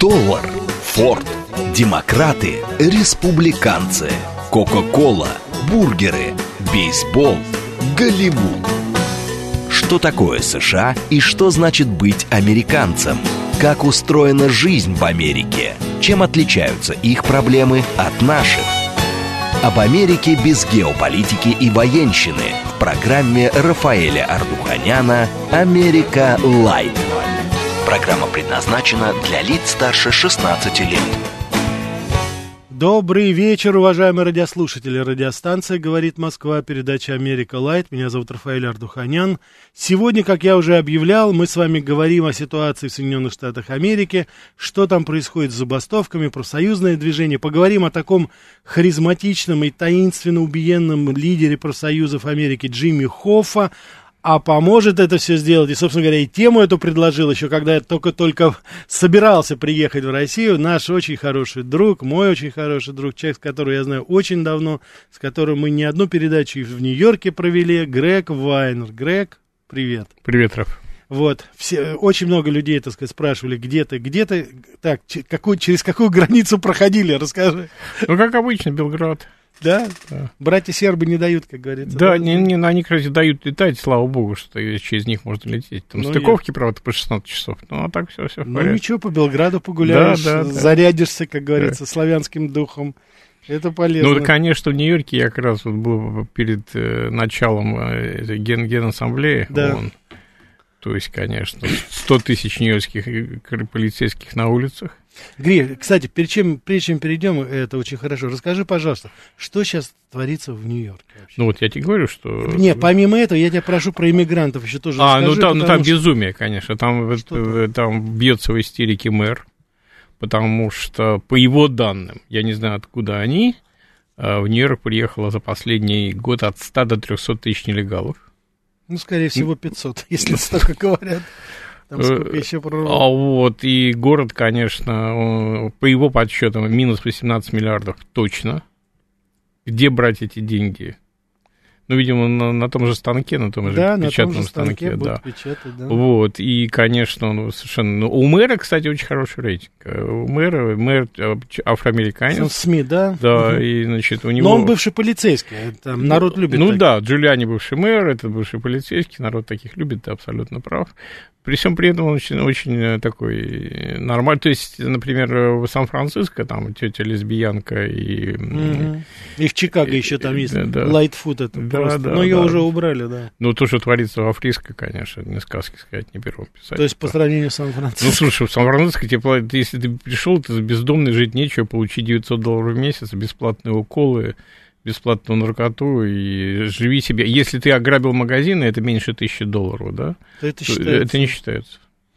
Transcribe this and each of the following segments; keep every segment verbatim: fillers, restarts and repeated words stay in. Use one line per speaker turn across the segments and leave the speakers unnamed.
Доллар, Форд, демократы, республиканцы, Кока-кола, бургеры, бейсбол, Голливуд. Что такое США и что значит быть американцем? Как устроена жизнь в Америке? Чем отличаются их проблемы от наших? Об Америке без геополитики и военщины в программе Рафаэля Ардуханяна «Америка Лайт». Программа предназначена для лиц старше шестнадцати лет.
Добрый вечер, уважаемые радиослушатели. Радиостанция «Говорит Москва», передача «Америка Лайт». Меня зовут Рафаэль Ардуханян. Сегодня, как я уже объявлял, мы с вами говорим о ситуации в Соединенных Штатах Америки, что там происходит с забастовками, профсоюзное движение. Поговорим о таком харизматичном и таинственно убиенном лидере профсоюзов Америки Джимми Хоффа. А поможет это все сделать, и, собственно говоря, и тему эту предложил еще, когда я только-только собирался приехать в Россию, наш очень хороший друг, мой очень хороший друг, человек, которого я знаю очень давно, с которым мы не одну передачу и в Нью-Йорке провели, Грег Вайнер. Грег, привет.
Привет, Раф.
Вот, все, очень много людей, так сказать, спрашивали, где ты, где ты, так, ч- какую, через какую границу проходили, расскажи.
Ну, как обычно, Белград.
Да?
Да.
Братья сербы не дают, как говорится.
Да,
да?
не, не, они, кстати, дают летать, слава богу, что через них можно лететь. Там ну, стыковки, я... правда, по шестнадцать часов, ну, а так все, все в
ну,
порядке.
Ну, ничего, по Белграду погуляешь, да, да, зарядишься, как говорится, да. славянским духом. Это полезно.
Ну, конечно, в Нью-Йорке я как раз вот был перед э, началом э, ген- Генассамблеи,
да.
ООН. То есть, конечно, сто тысяч нью-йоркских полицейских на улицах.
Гри, кстати, перед чем, прежде чем перейдем, это очень хорошо, расскажи, пожалуйста, что сейчас творится в Нью-Йорке вообще?
Ну, вот я тебе говорю, что...
Нет, помимо этого, я тебя прошу про иммигрантов еще тоже
а,
расскажи.
А, ну там, ну, там
что...
безумие, конечно, там, там бьется в истерике мэр, потому что, по его данным, я не знаю, откуда они, в Нью-Йорк приехало за последний год от ста до трехсот тысяч нелегалов.
Ну, скорее всего, пятьсот, если столько говорят. Там сколько еще прорвало.
А вот, и город, конечно, по его подсчетам, минус восемнадцать миллиардов точно. Где брать эти деньги? Ну, видимо, на, на том же станке, на том же
да,
печатном
на том же станке,
станке, да.
Печатать, да.
Вот, и, конечно, ну, совершенно... Ну, у мэра, кстати, очень хороший рейтинг. У мэра, мэр афроамериканец.
В СМИ, да?
Да,
угу.
И, значит, у него...
Но он бывший полицейский, там народ любит.
Ну,
так.
да, Джулиани бывший мэр, это бывший полицейский, народ таких любит, ты абсолютно прав. При всем при этом он очень, очень такой нормальный. То есть, например, в Сан-Франциско там тетя лесбиянка и...
Угу. И в Чикаго и, еще там есть
да,
Лайтфуд это
да,
просто.
Да,
но ее
да.
уже убрали, да.
Ну, то, что творится во Фриско, конечно, не сказки сказать, не первым писать.
То есть, по сравнению с Сан-Франциско.
Ну, слушай, в Сан-Франциско тебе платят, если ты пришел, ты бездомный, жить нечего, получи девятьсот долларов в месяц, бесплатные уколы, бесплатную наркоту и живи себе. Если ты ограбил магазины, это меньше тысячи долларов, да?
То это,
то это не считается.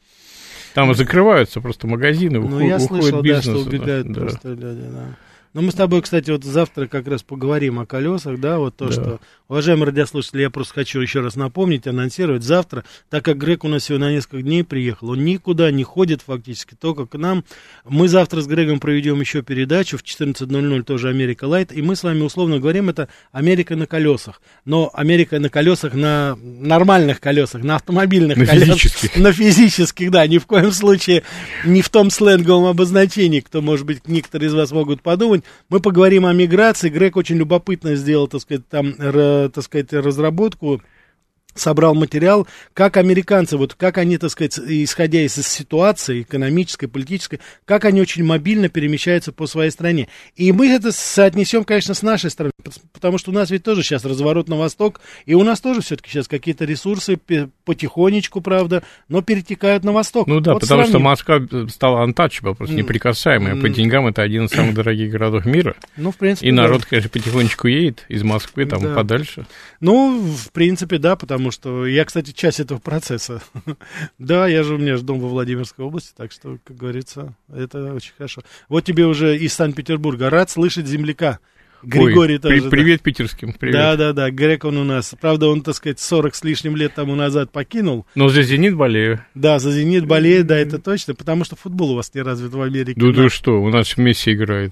Там закрываются просто магазины,
ну,
уход,
я
уходит
слышал,
бизнес.
Да, что убегают
да.
просто люди, да. Но мы с тобой, кстати, вот завтра как раз поговорим о колесах, да, вот то, да. что... Уважаемые радиослушатели, я просто хочу еще раз напомнить, анонсировать. Завтра, так как Грег у нас сегодня на несколько дней приехал, он никуда не ходит фактически, только к нам. Мы завтра с Грегом проведем еще передачу в четырнадцать ноль ноль, тоже «Америка Лайт», и мы с вами условно говорим, это «Америка на колесах». Но Америка на колесах, на нормальных колесах, на автомобильных
на
колесах.
Физических.
На физических, да, ни в коем случае не в том сленговом обозначении, кто, может быть, некоторые из вас могут подумать. Мы поговорим о миграции. Грег очень любопытно сделал, так сказать, там, р, так сказать, разработку, собрал материал, как американцы, вот как они, так сказать, исходя из ситуации экономической, политической, как они очень мобильно перемещаются по своей стране. И мы это соотнесем, конечно, с нашей стороны, потому что у нас ведь тоже сейчас разворот на восток, и у нас тоже все-таки сейчас какие-то ресурсы потихонечку, правда, но перетекают на восток.
Ну да,
вот
потому
сравним.
что Москва стала untouchable, просто неприкасаемая. Mm. По деньгам это один из самых дорогих городов мира.
Ну, в принципе,
и народ,
да.
конечно, потихонечку едет из Москвы там
да.
подальше.
Ну, в принципе, да, потому что я, кстати, часть этого процесса. Да, я же, у меня же дом во Владимирской области, так что, как говорится, это очень хорошо. Вот тебе уже из Санкт-Петербурга. Рад слышать земляка. Григорий
Ой,
тоже.
При, привет, да. Питерским, привет.
Да, да, да, Грег он у нас. Правда, он, так сказать, сорок с лишним лет тому назад покинул.
Но за «Зенит» болею.
Да, за «Зенит» болеет, да, это точно, потому что футбол у вас не развит в Америке.
Да ты что, у нас Месси играет.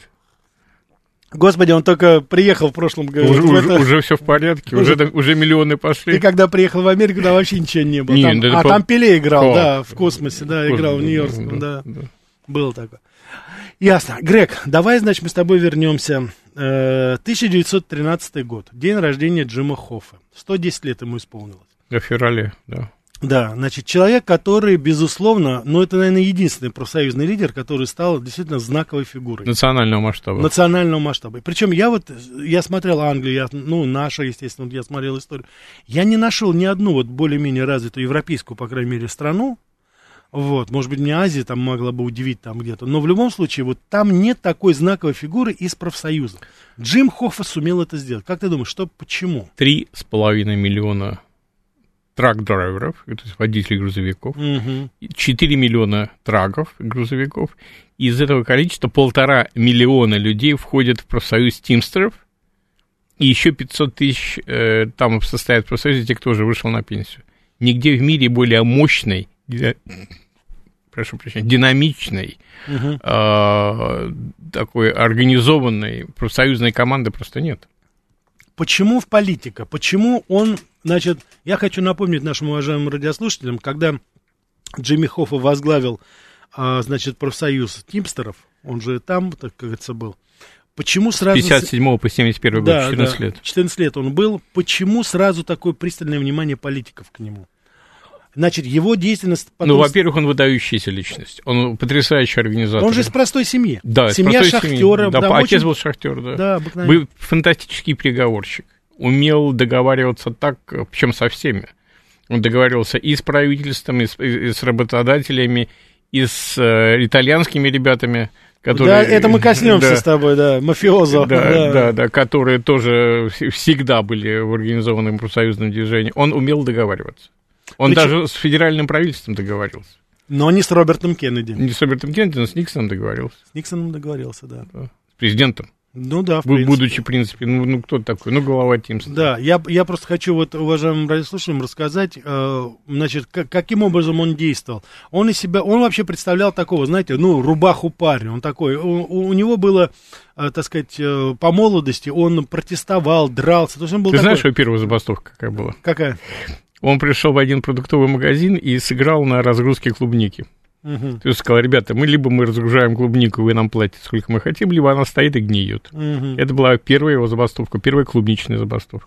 Господи, он только приехал в прошлом году.
Уже,
уже,
это... уже все в порядке, уже, уже, уже миллионы пошли.
Ты когда приехал в Америку, да, вообще ничего не было.
Не,
там,
да,
а
по...
там Пеле играл,
О,
да, в космосе, да, играл в Нью-Йоркском, да.
да.
Было такое. Ясно. Грег, давай, значит, мы с тобой вернемся. тысяча девятьсот тринадцатый год. День рождения Джима Хоффа. сто десять лет ему исполнилось.
В феврале, да.
Да, значит, человек, который, безусловно, ну, это, наверное, единственный профсоюзный лидер, который стал действительно знаковой фигурой.
Национального масштаба.
Национального масштаба. Причем я вот, я смотрел Англию, я, ну, наша, естественно, я смотрел историю. Я не нашел ни одну вот более-менее развитую европейскую, по крайней мере, страну. Вот, может быть, мне Азия там могла бы удивить там где-то. Но в любом случае, вот там нет такой знаковой фигуры из профсоюза. Джим Хоффа сумел это сделать. Как ты думаешь, что, почему?
Три с половиной миллиона трак-драйверов, то есть водителей грузовиков,
угу.
четыре миллиона траков, грузовиков. Из этого количества полтора миллиона людей входят в профсоюз тимстеров, и еще пятьсот тысяч э, там состоят в профсоюзе те, кто уже вышел на пенсию. Нигде в мире более мощной, ди... прошу прощения, динамичной, угу. э, такой организованной профсоюзной команды просто нет.
Почему в политика? Почему он, значит, я хочу напомнить нашим уважаемым радиослушателям, когда Джимми Хоффа возглавил, а, значит, профсоюз тимстеров, он же там, так кажется, был. Почему сразу...
С пятьдесят седьмого по семьдесят первый год,
да,
четырнадцать
да,
лет.
четырнадцать лет он был. Почему сразу такое пристальное внимание политиков к нему? Значит, его деятельность... Потом...
Ну, во-первых, он выдающаяся личность. Он потрясающий организатор.
Он же из простой семьи.
Да,
семья
из простой
шахтера.
Семьи. Да,
да,
отец
очень...
был шахтер, да.
Да, обыкновенно.
Был фантастический переговорщик. Умел договариваться так, причем со всеми. Он договаривался и с правительством, и с, и с работодателями, и с э, итальянскими ребятами, которые...
Да, это мы коснемся да, с тобой, да, мафиозо.
Да,
да.
да, да, которые тоже всегда были в организованном профсоюзном движении. Он умел договариваться. Он Причем... даже с федеральным правительством договорился.
Но не с Робертом Кеннеди.
Не с Робертом Кеннеди, но с Никсоном договорился.
С Никсоном договорился, да.
да. С президентом.
Ну да, в
принципе. Будучи, в принципе, ну, ну кто такой? Ну, глава Тимстера.
Да, я, я просто хочу вот уважаемым радиослушателям рассказать, э, значит, к- каким образом он действовал. Он из себя, он вообще представлял такого, знаете, ну, рубаху парня. Он такой, у, у него было, э, так сказать, э, по молодости, он протестовал, дрался. То есть он был
Ты
такой...
знаешь, что первая забастовка какая была?
Какая?
Он пришел в один продуктовый магазин и сыграл на разгрузке клубники. Uh-huh. То есть сказал, ребята, мы либо мы разгружаем клубнику, вы нам платите сколько мы хотим, либо она стоит и гниет. Uh-huh. Это была первая его забастовка, первая клубничная забастовка.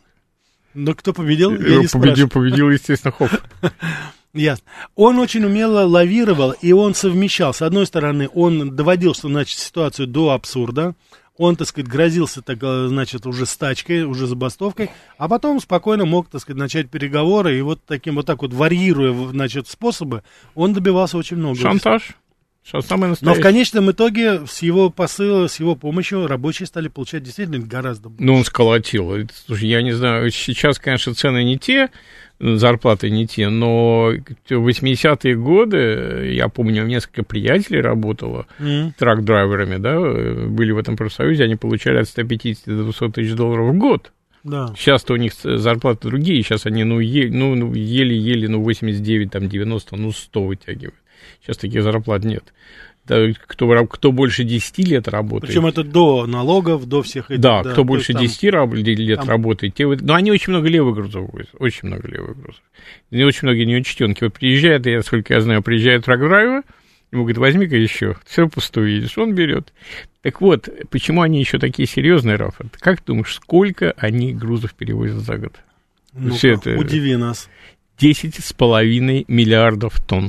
Но кто победил? Я не
победил, победил, естественно, Хофф.
Ясно. Он очень умело лавировал, и он совмещал. С одной стороны, он доводил, что, значит, ситуацию до абсурда. Он, так сказать, грозился, так, значит, уже стачкой, уже забастовкой, а потом спокойно мог, так сказать, начать переговоры, и вот таким вот так вот варьируя, значит, способы, он добивался очень много.
Шантаж. Самый настоящий.
Но в конечном итоге с его посыла, с его помощью рабочие стали получать действительно гораздо больше.
Ну, он сколотил. Слушай, я не знаю, сейчас, конечно, цены не те, зарплаты не те, но в восьмидесятые годы, я помню, у меня несколько приятелей работало mm-hmm. трак-драйверами, да, были в этом профсоюзе, они получали от ста пятидесяти до двухсот тысяч долларов в год. Да. Сейчас-то у них зарплаты другие, сейчас они, ну, е- ну, ну еле-еле, ну, восемьдесят девять, там, девяносто, ну, сто вытягивают. Сейчас таких зарплат нет. Да, кто, кто больше десяти лет работает.
Причем это до налогов, до всех этих.
Да, да кто больше десяти там, лет там... работает, те... но они очень много левых грузов возят, очень много левых грузов. И очень многие неучтенки. Вот приезжает, я, сколько я знаю, приезжает трак-драйвер, ему говорит, возьми-ка еще, все пустую едешь, он берет. Так вот, почему они еще такие серьезные, Рафа? Как ты думаешь, сколько они грузов перевозят за год?
Ну это... Удиви нас.
десять с половиной миллиардов тонн.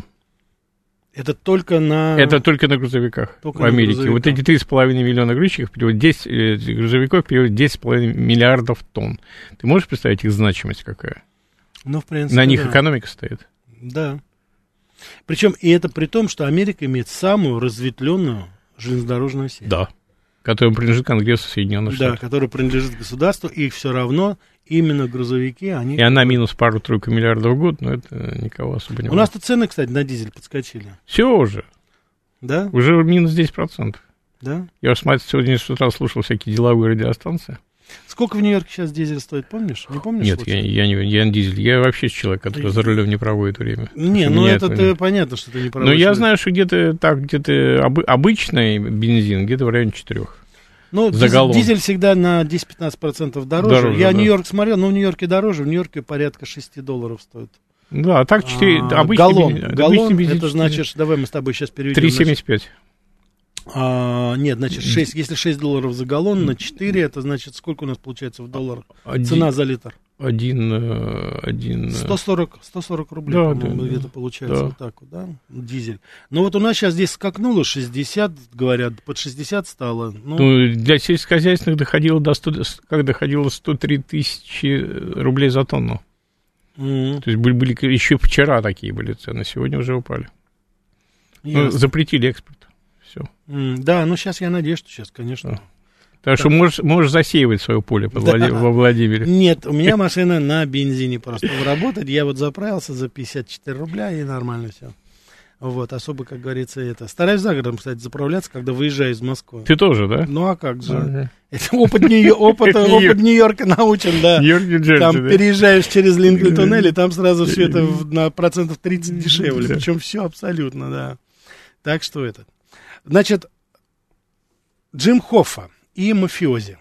Это только на...
Это только на грузовиках только в Америке. Грузовиках. Вот эти три с половиной миллиона грузчиков переводят десять, э, грузовиков переводят десять с половиной миллиардов тонн. Ты можешь представить их значимость какая?
Ну, в принципе,
на них
да.
экономика стоит.
Да. Причем и это при том, что Америка имеет самую разветвленную железнодорожную сеть.
Да. Которая принадлежит Конгрессу Соединенных Штатов.
Да, которая принадлежит государству, и все равно именно грузовики, они...
И она минус пару-тройку миллиардов в год, но это никого особо не...
У нас-то цены, кстати, на дизель подскочили.
Все уже.
Да?
Уже минус десять процентов.
Да?
Я уж, смотрю, сегодня с утра слушал всякие деловые радиостанции.
Сколько в Нью-Йорке сейчас дизель стоит, помнишь? Не помнишь?
Нет, я, я, не, я не дизель. Я вообще человек, который за рулем не проводит время.
Не, ну это ты, понятно, что ты не проводишь.
Но я знаю, что где-то так, где-то об, обычный бензин где-то в районе четырех.
Ну, дизель, дизель всегда на десять-пятнадцать процентов дороже. дороже я да. Нью-Йорк смотрел, но в Нью-Йорке дороже. В Нью-Йорке порядка шесть долларов стоит.
Да, а так четыре...
А,
обычный
галлон,
бензин,
галлон
бензин
это значит, давай мы с тобой сейчас переведем.
три семьдесят пять.
А, нет, значит, шесть, если шесть долларов за галлон на четыре, это значит, сколько у нас получается в долларах? Один, цена за литр?
Один, один...
сто сорок, сто сорок рублей, да, по-моему, да, где-то получается, да. Вот так вот, да, дизель. Но вот у нас сейчас здесь скакнуло шестьдесят, говорят, под шестьдесят стало. Ну,
ну для сельскохозяйственных доходило до сто, как доходило сто три тысячи рублей за тонну. Mm-hmm. То есть были, были, еще вчера такие были цены, сегодня уже упали. Ну, запретили экспорт. Все.
Mm, да, ну сейчас я надеюсь, что сейчас, конечно.
Да. Так что можешь, можешь засеивать свое поле под
да.
Влади... во Владимире.
Нет, у меня машина на бензине просто работает. Я вот заправился за пятьдесят четыре рубля, и нормально все. Вот, особо, как говорится, это. Стараюсь за городом, кстати, заправляться, когда выезжаю из Москвы.
Ты тоже, да?
Ну, а как же? Ага. Это опыт, Нью- опыт, опыт Нью-Йорка научен, да.
Нью-Йорк,
там
да?
переезжаешь через Линкольн-туннель, и там сразу все это на процентов тридцать дешевле. Причем все абсолютно, да. Так что это. Значит, Джим Хоффа и мафиози.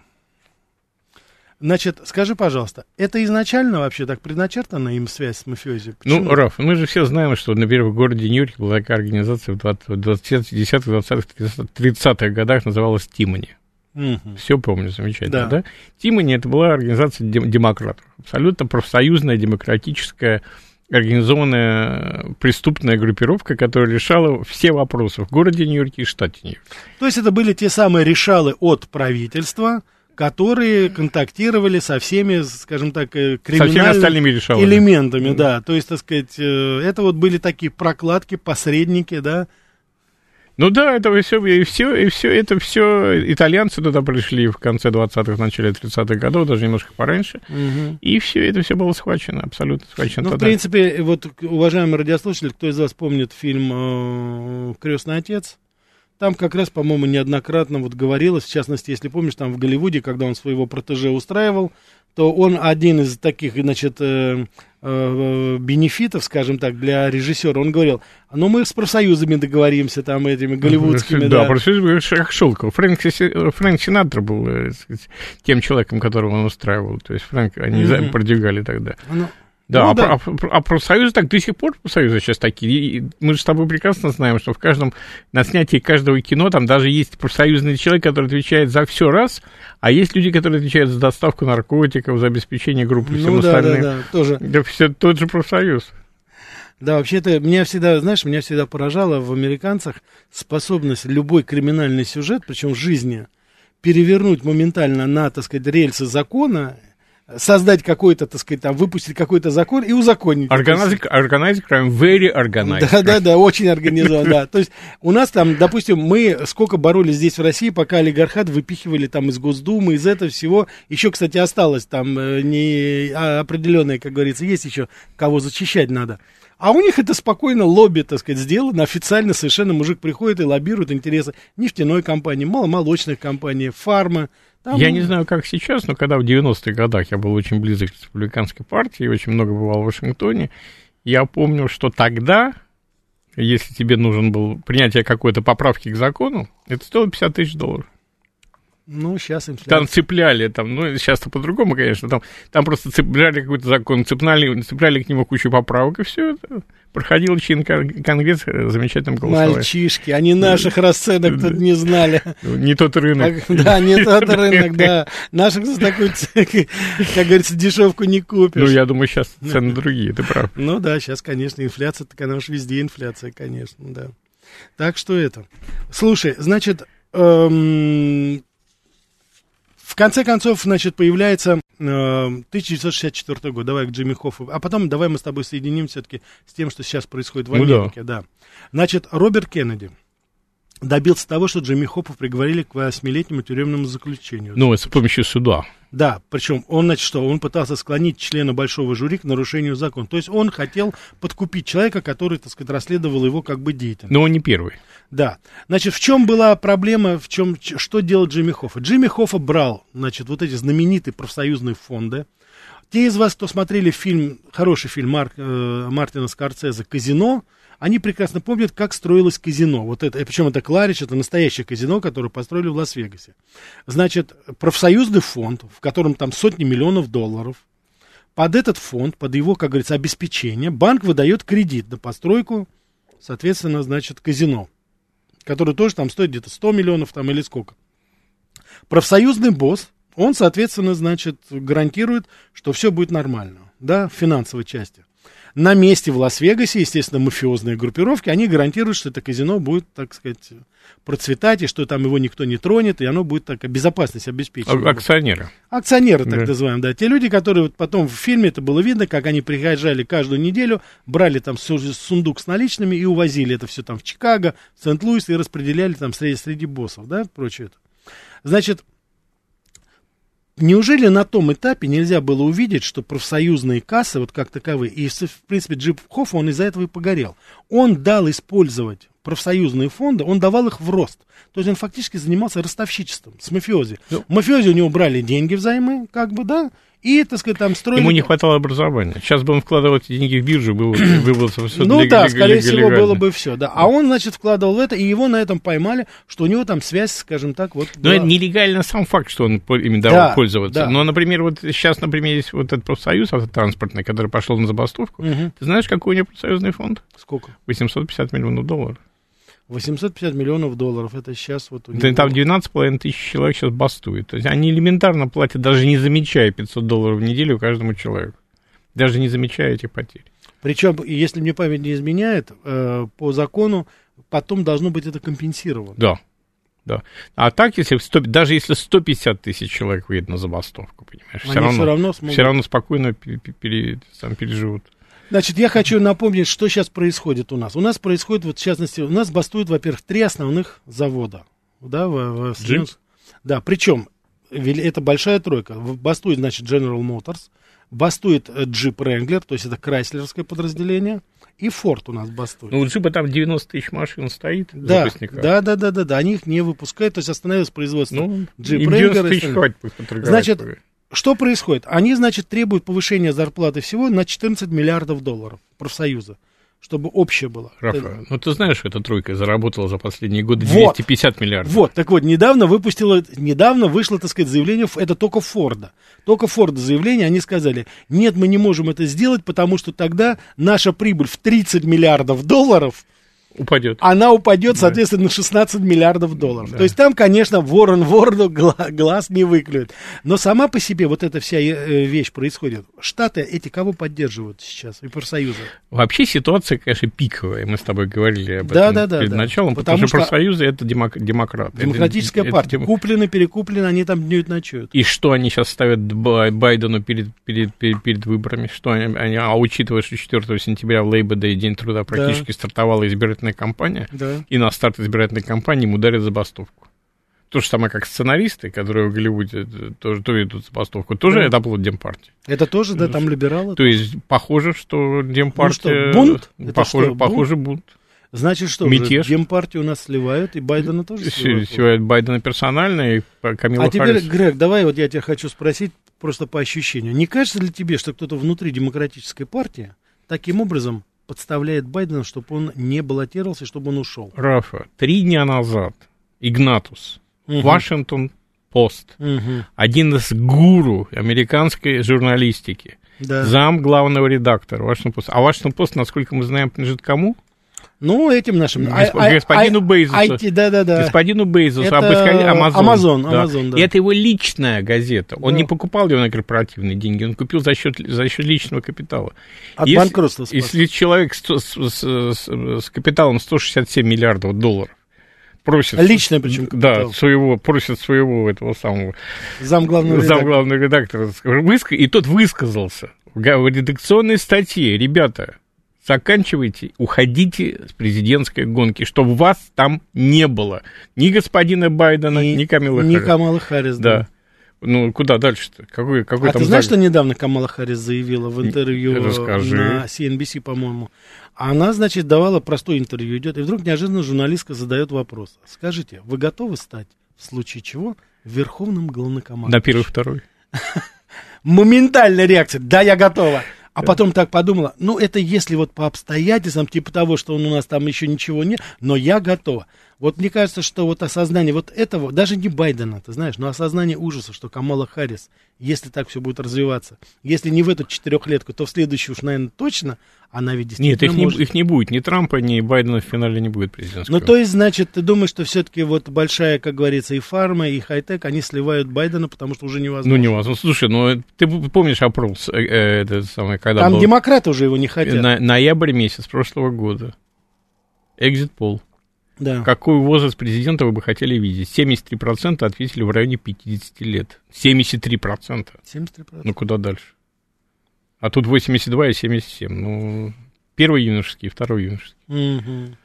Значит, скажи, пожалуйста, это изначально вообще так предначертана им связь с мафиози? Почему?
Ну, Раф, мы же все знаем, что, например, в городе Нью-Йорке была такая организация в двадцатых, двадцатых, тридцатых годах, называлась Тимони. Угу. Все помню, замечательно, да? да? Тимони — это была организация дем- демократов, абсолютно профсоюзная, демократическая, организованная преступная группировка, которая решала все вопросы в городе Нью-Йорке и штате Нью-Йорк.
То есть это были те самые решалы от правительства, которые контактировали со всеми, скажем так, криминальными элементами, mm-hmm. да. То есть, так сказать, это вот были такие прокладки, посредники, да.
Ну да, это все, и все, и все, это все итальянцы туда пришли в конце двадцатых, начале тридцатых годов, даже немножко пораньше, угу. И все это все было схвачено, абсолютно схвачено.
Ну, в принципе, вот, уважаемые радиослушатели, кто из вас помнит фильм «Крестный отец», там как раз, по-моему, неоднократно вот говорилось, в частности, если помнишь, там в Голливуде, когда он своего протеже устраивал, то он один из таких, значит, э, э, бенефитов, скажем так, для режиссера, он говорил, ну, мы с профсоюзами договоримся, там, этими голливудскими, да.
Да, профсоюзы, как шелково. Фрэнк, Фрэнк Синатра был, так сказать, тем человеком, которого он устраивал, то есть Фрэнк, они mm-hmm. продвигали тогда. Ну, Да, ну, а, да. А, а, а профсоюзы так до сих пор профсоюзы сейчас такие. И мы же с тобой прекрасно знаем, что в каждом, на снятии каждого кино там даже есть профсоюзный человек, который отвечает за все раз, а есть люди, которые отвечают за доставку наркотиков, за обеспечение группы и всем
ну,
остальным.
Да, да, да, тоже.
Это все тот же профсоюз.
Да, вообще-то, меня всегда, знаешь, меня всегда поражало в американцах способность любой криминальный сюжет, причем в жизни, перевернуть моментально на, так сказать, рельсы закона, создать какой-то, так сказать, там, выпустить какой-то закон и узаконить.
Organized, organized crime, very organized.
Да, да, да, очень организован, да. То есть у нас там, допустим, мы сколько боролись здесь в России, пока олигархат выпихивали там из Госдумы, из этого всего. Еще, кстати, осталось там не определенное, как говорится, есть еще кого зачищать надо. А у них это спокойно лобби, так сказать, сделано, официально совершенно мужик приходит и лоббирует интересы нефтяной компании, маломолочных компаний, фарма. Там...
Я не знаю, как сейчас, но когда в девяностых годах я был очень близок к республиканской партии, очень много бывал в Вашингтоне, я помню, что тогда, если тебе нужен был принятие какой-то поправки к закону, это стоило пятьдесят тысяч долларов.
Ну, сейчас инфляция.
Там цепляли, там, ну, сейчас-то по-другому, конечно, там, там просто цепляли какой-то закон, цепляли, цепляли к нему кучу поправок, и все это проходило чин Конгресс замечательным голосованием.
Мальчишки, они наших расценок тут не знали.
Не тот рынок.
Да, не тот рынок, да. Наших за такую, как говорится, дешевку не купишь.
Ну, я думаю, сейчас цены другие, ты прав.
Ну да, сейчас, конечно, инфляция, так она уж везде инфляция, конечно, да. Так что это. Слушай, значит... В конце концов, значит, появляется э, тысяча девятьсот шестьдесят четвёртый год, давай к Джимми Хоффу, а потом давай мы с тобой соединим все-таки с тем, что сейчас происходит в Америке, ну, да. да. Значит, Роберт Кеннеди добился того, что Джимми Хоффа приговорили к восьмилетнему тюремному заключению.
Ну, это с помощью суда.
Да, причем он, значит, что, он пытался склонить члена большого жюри к нарушению закона. То есть он хотел подкупить человека, который, так сказать, расследовал его как бы деятельность.
Но он не первый.
Да. Значит, в чем была проблема, в чем, что делал Джимми Хоффа? Джимми Хоффа брал, значит, вот эти знаменитые профсоюзные фонды. Те из вас, кто смотрели фильм, хороший фильм Марк, э, Мартина Скорсезе «Казино», они прекрасно помнят, как строилось казино. Вот это, причем это Кларич, это настоящее казино, которое построили в Лас-Вегасе. Значит, профсоюзный фонд, в котором там сотни миллионов долларов, под этот фонд, под его, как говорится, обеспечение, банк выдает кредит на постройку, соответственно, значит, казино. который тоже там стоит где-то сто миллионов там или сколько. Профсоюзный босс, он, соответственно, значит, гарантирует, что все будет нормально, да, в финансовой части. На месте в Лас-Вегасе, естественно, мафиозные группировки, они гарантируют, что это казино будет, так сказать, процветать, и что там его никто не тронет, и оно будет так, безопасность обеспечена.
Акционеры.
Акционеры, так
да.
называемые, да. Те люди, которые вот потом в фильме, это было видно, как они приезжали каждую неделю, брали там сундук с наличными и увозили это все там в Чикаго, в Сент-Луис, и распределяли там среди, среди боссов, да, прочее это. Значит, неужели на том этапе нельзя было увидеть, что профсоюзные кассы, вот как таковые, и, в принципе, Джим Хофф, он из-за этого и погорел. Он дал использовать профсоюзные фонды, он давал их в рост. То есть он фактически занимался ростовщичеством с мафиози. Ну, мафиози у него брали деньги взаймы, как бы, да, и, так сказать, там строили...
Ему не хватало образования. Сейчас бы он вкладывал эти деньги в биржу, был, вывелся все.
Ну да, скорее всего, было бы все, да. А он, значит, вкладывал в это, и его на этом поймали, что у него там связь, скажем так, вот...
Но это нелегально сам факт, что он ими давал пользоваться. Но, например, вот сейчас, например, есть вот этот профсоюз автотранспортный, который пошел на забастовку. Ты знаешь, какой у него профсоюзный фонд?
Сколько?
восемьсот пятьдесят миллионов долларов.
восемьсот пятьдесят миллионов долларов, это сейчас вот у него...
Да, там двенадцать с половиной тысяч человек сейчас бастует. То есть они элементарно платят, даже не замечая пятьсот долларов в неделю каждому человеку. Даже не замечая этих потерь.
Причем, если мне память не изменяет, э, по закону потом должно быть это компенсировано.
Да, да. А так, если сто, даже если сто пятьдесят тысяч человек выйдет на забастовку, понимаешь, все равно,
все, равно смогут...
все равно спокойно пере, пере, сам переживут.
Значит, я хочу напомнить, что сейчас происходит у нас. У нас происходит, вот в частности, у нас бастуют, во-первых, три основных завода. Да, в, в
Джип?
Да, причем это большая тройка. Бастует, значит, General Motors, бастует Jeep Wrangler, то есть это крайслеровское подразделение, и Ford у нас бастует.
Ну, у Джипа там девяносто тысяч машин стоит,
да, да, да, да, да, да, они их не выпускают, то есть остановилось производство
ну,
Jeep Wrangler.
тысяч хватит поторговать.
Значит, что происходит? Они, значит, требуют повышения зарплаты всего на четырнадцать миллиардов долларов профсоюза, чтобы общее было.
Рафа, это... ну ты знаешь, что эта тройка заработала за последние годы
вот,
двести пятьдесят миллиардов.
Вот, так вот, недавно выпустила, недавно вышло, так сказать, заявление, это только Форда. Только Форда заявление, они сказали, нет, мы не можем это сделать, потому что тогда наша прибыль в тридцать миллиардов долларов
упадет.
Она упадет, соответственно, на шестнадцать миллиардов долларов.
Да.
То есть там, конечно, ворон ворону глаз не выклюет. Но сама по себе вот эта вся вещь происходит. Штаты эти кого поддерживают сейчас? И профсоюзы?
Вообще ситуация, конечно, пиковая. Мы с тобой говорили об
да,
этом
да, да,
перед
да.
началом. Потому, потому что профсоюзы — это демок... демократы.
Демократическая
это,
партия.
Это...
Куплены, перекуплены, они там днюют, ночуют.
И что они сейчас ставят Байдену перед, перед, перед, перед выборами? Что они, они... А учитывая, что четвёртого сентября в Лейбор Дэй, День труда, практически да. стартовала избирательная кампания,
да.
и на старт избирательной кампании им ударят забастовку. То же самое, как сценаристы, которые в Голливуде тоже, тоже идут забастовку, тоже да. это оплот Демпартии.
Это тоже, да, там либералы.
То есть, похоже, что Демпартия...
Ну что, бунт?
Похоже,
что,
похоже бунт?
Значит, что,
мятеж.
Демпартию у нас сливают, и Байдена тоже сливают?
Сливают Байдена персонально, и Камилу
А
Харрис.
теперь, Грег, давай вот я тебя хочу спросить, просто по ощущению. Не кажется ли тебе, что кто-то внутри демократической партии таким образом подставляет Байдена, чтобы он не баллотировался, чтобы он ушел?
Рафа, три дня назад Игнатус,
угу.
Вашингтон Пост,
угу.
один из гуру американской журналистики,
да.
зам главного редактора Вашингтон Пост. А Вашингтон Пост, насколько мы знаем, принадлежит кому?
Ну, этим нашим...
Госп... А, господину а, Бейзусу.
ай ти, да, да, да.
Господину Бейзусу.
Это
Амазон.
Амазон,
да.
Амазон, да.
И это его личная газета. Он
да.
не покупал ее на корпоративные деньги, он купил за счет, за счет личного капитала.
От
если,
банкротства спас.
Если человек с, с, с, с, с капиталом сто шестьдесят семь миллиардов долларов просит...
Личное причем капитал.
Да, своего, просит своего этого самого...
Замглавного
редактора. Замглавного редактора. И тот высказался в редакционной статье. Ребята... Заканчивайте, уходите с президентской гонки, чтобы вас там не было. Ни господина Байдена,
и,
ни Камилы
ни
Харрис.
Ни Камалы Харрис, да. да.
Ну, куда дальше-то? Какой, какой
а
там
ты знаешь,
залез?
что недавно Камала Харрис заявила в интервью
Расскажи.
на си эн би си, по-моему? Она, значит, давала простое интервью, идет, и вдруг неожиданно журналистка задает вопрос. Скажите, вы готовы стать, в случае чего, верховным главнокомандующим?
На первый, второй.
Моментальная реакция. Да, я готова. А потом так подумала, ну, это если вот по обстоятельствам, типа того, что он у нас там еще ничего нет, но я готова. Вот мне кажется, что вот осознание вот этого, даже не Байдена, ты знаешь, но осознание ужаса, что Камала Харрис, если так все будет развиваться, если не в эту четырехлетку, то в следующую уж, наверное, точно, она ведь действительно
Нет, их,
может...
не, их не будет, ни Трампа, ни Байдена в финале не будет президентского.
Ну, то есть, значит, ты думаешь, что все-таки вот большая, как говорится, и фарма, и хай-тек, они сливают Байдена, потому что уже невозможно.
Ну, невозможно. Слушай, ну, ты помнишь опрос, э, э, это самое, когда
Там
был...
демократы уже его не хотят.
На, ноябрь месяц прошлого года. Экзит-пол.
Да.
Какой возраст президента вы бы хотели видеть? семьдесят три процента ответили в районе пятьдесят лет. семьдесят три процента.
семьдесят три процента.
Ну, куда дальше? А тут восемьдесят два и семьдесят семь. Ну, первый юношеский, второй юношеский.
Угу.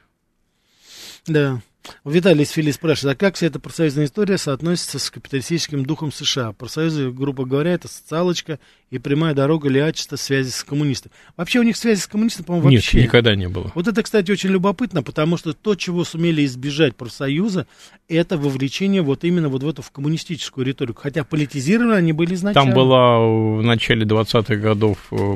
Да. Виталий из Фили спрашивает, а как вся эта профсоюзная история соотносится с капиталистическим духом США? Профсоюзы, грубо говоря, это социалочка и прямая дорога лиачества связи с коммунистами. Вообще у них связи с коммунистами, по-моему, вообще...
Нет, никогда не было.
Вот это, кстати, очень любопытно, потому что то, чего сумели избежать профсоюза, это вовлечение вот именно вот в эту в коммунистическую риторику. Хотя политизированы они были изначально.
Там была в начале двадцатых годов,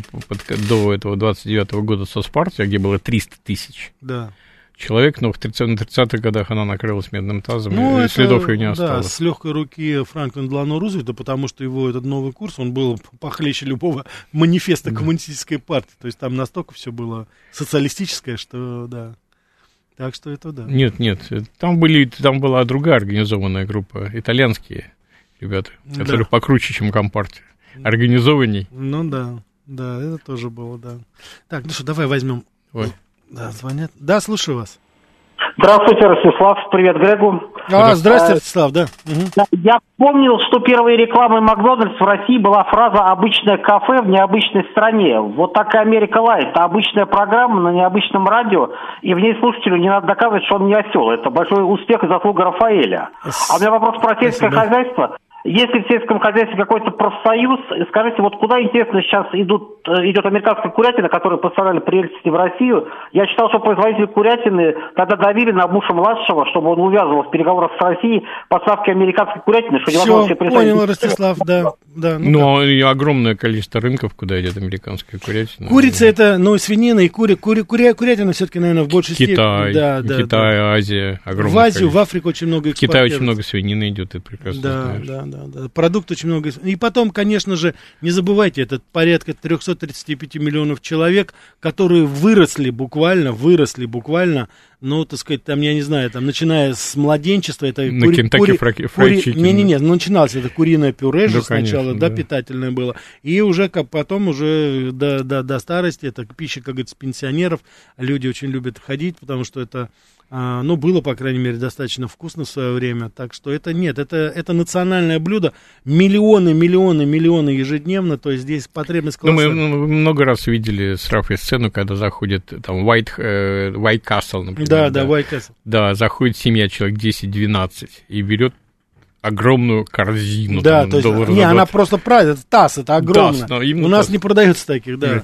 до этого двадцать девятого года соцпартия, где было триста тысяч.
Да.
Человек, но в тридцатых годах она накрылась медным тазом,
ну,
и
это,
следов ее не осталось.
Да, с легкой руки Франклина Делано Рузвельта, потому что его этот новый курс, он был похлеще любого манифеста да. коммунистической партии. То есть там настолько все было социалистическое, что да. Так что это да.
Нет, нет, там, были, там была другая организованная группа, итальянские ребята, которые да. покруче, чем Компартия. Организованней.
Ну да, да, это тоже было, да. Так, ну что, давай возьмем... Ой. Да, звонят. Да, слушаю вас.
Здравствуйте, Ростислав. Привет, Грегу.
А, здравствуйте, Ростислав, да. Угу.
Я помнил, что первой рекламой Макдональдс в России была фраза «обычное кафе в необычной стране». Вот такая Америка Лайт. Это обычная программа на необычном радио, и в ней слушателю не надо доказывать, что он не осел. Это большой успех и заслуга Рафаэля. А у меня вопрос про сельское
Спасибо.
хозяйство. Если в сельском хозяйстве какой-то профсоюз, скажите, вот куда, интересно, сейчас идут, идет американская курятина, которую поставляли при Ельцине в Россию? Я читал, что производители курятины тогда давили на Буша-младшего, чтобы он увязывал в переговорах с Россией поставки американской курятины, что невозможно себе представить.
Понял, Ростислав, да. да
ну, ну и огромное количество рынков, куда идет американская курятина.
Курица это, ну, свинина и кури, кури, кури, курятина все-таки, наверное, в большей степени.
Китай,
да, да,
Китай,
да.
Азия, огромное
В Азию,
количество.
в Африку очень много
экспортируется. В Китае очень много свинины идет, ты прекрасно
да,
знаешь.
Да, да, да. Продукт очень много. И потом, конечно же, не забывайте, это порядка триста тридцать пять миллионов человек, которые выросли буквально, выросли буквально, ну, так сказать, там, я не знаю, там, начиная с младенчества, это...
На
кури,
Kentucky
кури,
Fried Chicken.
Не-не-не, начиналось это куриное пюре же
да,
сначала,
конечно,
да,
да,
питательное было, и уже как потом, уже до, до, до старости, это пища, как говорится, пенсионеров, люди очень любят ходить, потому что это... А, ну, было, по крайней мере, достаточно вкусно в свое время, так что это нет, это, это национальное блюдо, миллионы, миллионы, миллионы ежедневно, то есть здесь потребность колоссальная.
Ну, мы много раз видели с Рафой сцену, когда заходит там White, э, White Castle, например.
Да,
да,
да, White Castle.
Да, заходит семья, человек десять-двенадцать, и берет огромную корзину.
Да,
там,
то есть, не, она просто правда, это таз, это огромно. Таз, У нас таз. Не продается таких, да, Нет.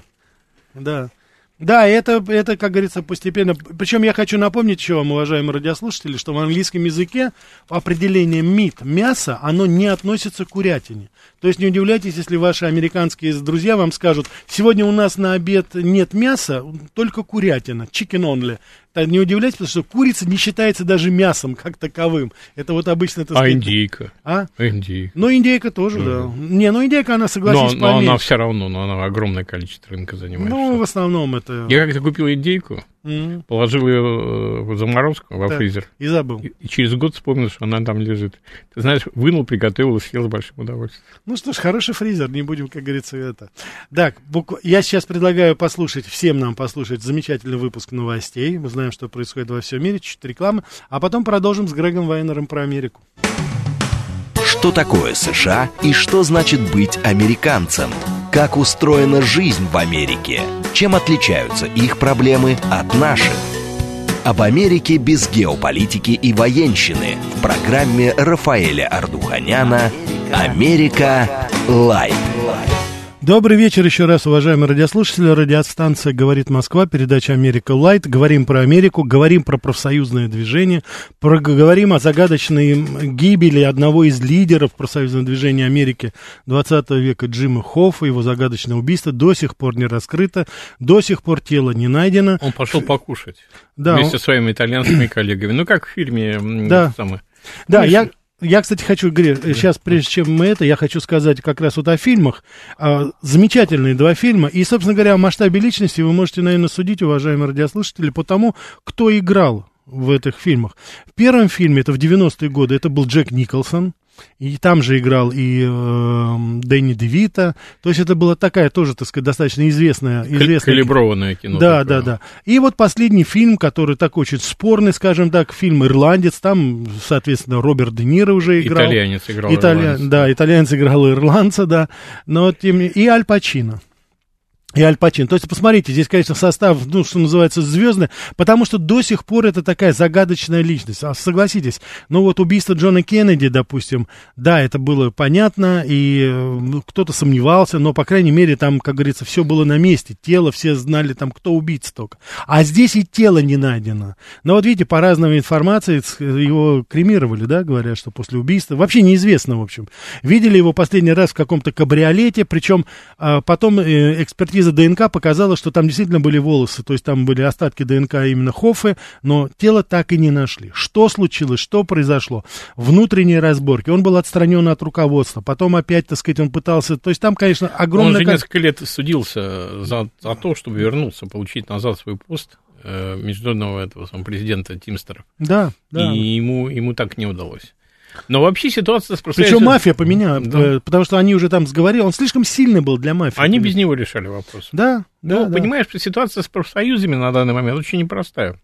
да. Да, это, это, как говорится, постепенно. Причем я хочу напомнить еще вам, уважаемые радиослушатели, что в английском языке определение meat, мясо, оно не относится к курятине. То есть не удивляйтесь, если ваши американские друзья вам скажут, сегодня у нас на обед нет мяса, только курятина, chicken only. Так не удивляйтесь, потому что курица не считается даже мясом как таковым. Это вот обычно... Это,
а сказать, индейка?
А?
Индейка.
Ну, индейка тоже, да. да. Не, ну индейка, она, согласись,
но, но она все равно, но она огромное количество рынка занимает.
Ну, в основном это...
Я как-то купил индейку, mm-hmm. положил ее в заморозку, во
так,
фризер.
И забыл.
И, и через год вспомнил, что она там лежит. Ты знаешь, вынул, приготовил и съел с большим удовольствием.
Ну что ж, хороший фризер, не будем, как говорится, это. Так, бук... я сейчас предлагаю послушать, всем нам послушать замечательный выпуск новостей. Мы знаем, что происходит во всем мире, чуть-чуть рекламы, а потом продолжим с Грегом Вайнером про Америку.
Что такое США и что значит быть американцем? Как устроена жизнь в Америке? Чем отличаются их проблемы от наших? Об Америке без геополитики и военщины в программе Рафаэля Ардуханяна «Америка Лайт».
Добрый вечер еще раз, уважаемые радиослушатели. Радиостанция «Говорит Москва», передача «Америка Лайт». Говорим про Америку, говорим про профсоюзное движение, про, говорим о загадочной гибели одного из лидеров профсоюзного движения Америки двадцатого века Джима Хоффа. Его загадочное убийство до сих пор не раскрыто, до сих пор тело не найдено.
Он пошел покушать
да,
вместе
он...
со своими итальянскими коллегами. Ну, как в фильме.
Да,
самое.
да я... Я, кстати, хочу, Гриш, сейчас, прежде чем мы это, я хочу сказать как раз вот о фильмах. А, замечательные два фильма. И, собственно говоря, о масштабе личности вы можете, наверное, судить, уважаемые радиослушатели, по тому, кто играл в этих фильмах. В первом фильме, это в девяностые годы, это был Джек Николсон. И там же играл и э, Дэнни Де Вито. То есть это была такая тоже, так сказать, достаточно известная... известная...
Калиброванное кино.
Да,
такое.
да, да. И вот последний фильм, который такой очень спорный, скажем так, фильм «Ирландец». Там, соответственно, Роберт Де Ниро уже играл.
Итальянец играл
Италья...
ирландца.
Да, итальянец играл ирландца, да. Но тем не... И Аль Пачино. И Аль Пачино. То есть, посмотрите, здесь, конечно, состав, ну, что называется, звездный, потому что до сих пор это такая загадочная личность. А согласитесь, ну вот убийство Джона Кеннеди, допустим, да, это было понятно, и ну, кто-то сомневался, но, по крайней мере, там, как говорится, все было на месте, тело, все знали, там, кто убийца только. А здесь и тело не найдено. Но вот видите, по разной информации его кремировали, да, говорят, что после убийства, вообще неизвестно, в общем. Видели его последний раз в каком-то кабриолете, причем а, потом э, экспертиза ДНК показала, что там действительно были волосы, то есть там были остатки ДНК именно Хоффе, но тело так и не нашли. Что случилось, что произошло? Внутренние разборки. Он был отстранен от руководства, потом опять, так сказать, он пытался, то есть там, конечно, огромное...
Он же несколько лет судился за, за то, чтобы вернуться, получить назад свой пост э, международного этого самого президента Тимстера.
Да, да.
И ему, ему так не удалось. Но вообще ситуация с профсоюзом...
Причем мафия поменяла,
да.
потому что они уже там сговорили, он слишком сильный был для мафии.
Они без него решали вопрос.
Да, да,
Ну,
да.
понимаешь, ситуация с профсоюзами на данный момент очень непростая.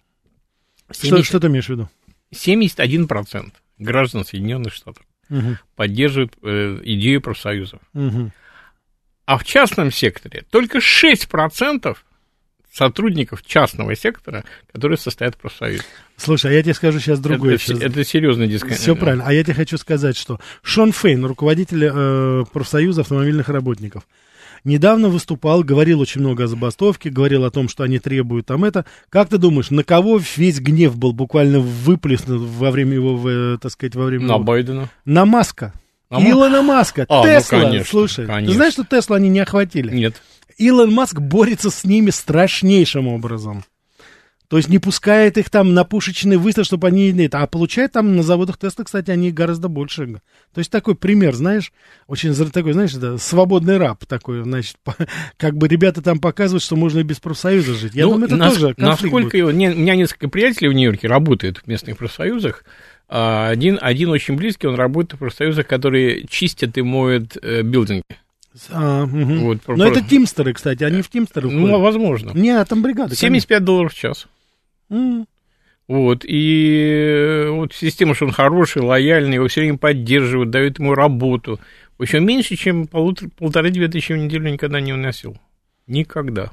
Что, что ты имеешь в виду?
семьдесят один процент граждан Соединенных Штатов угу. поддерживают э, идею профсоюзов.
Угу.
А в частном секторе только шесть процентов сотрудников частного сектора, которые состоят в профсоюзе.
Слушай, а я тебе скажу сейчас другое.
Это, это серьезный дисконт.
Все правильно. А я тебе хочу сказать, что Шон Фейн, руководитель э, профсоюза автомобильных работников, недавно выступал, говорил очень много о забастовке, говорил о том, что они требуют там это. Как ты думаешь, на кого весь гнев был буквально выплеснут во время его, так сказать, во время...
На
его...
Байдена.
На Маска.
А
Илона Маска.
А,
Тесла.
ну, конечно,
Слушай,
конечно.
ты знаешь, что Теслу они не охватили?
Нет.
Илон Маск борется с ними страшнейшим образом. То есть не пускает их там на пушечный выстрел, чтобы они... А получают там на заводах Тесла, кстати, они гораздо больше. То есть такой пример, знаешь, очень такой, знаешь, да, свободный раб такой, значит, по, как бы ребята там показывают, что можно и без профсоюза жить. Я
ну,
думаю, это
нас,
тоже конфликт
насколько его, не, у меня несколько приятелей в Нью-Йорке работают в местных профсоюзах. Один, один очень близкий, он работает в профсоюзах, которые чистят и моют э, билдинги.
А, угу.
Вот,
Но
про...
это Тимстеры, кстати, они в Тимстеры
Ну,
входят.
возможно.
Не, там бригады.
семьдесят пять долларов в час.
Mm.
Вот, и вот система, что он хороший, лояльный, его все время поддерживают, дают ему работу. В общем, меньше, чем полутора, полторы-две тысячи в неделю никогда не уносил. Никогда.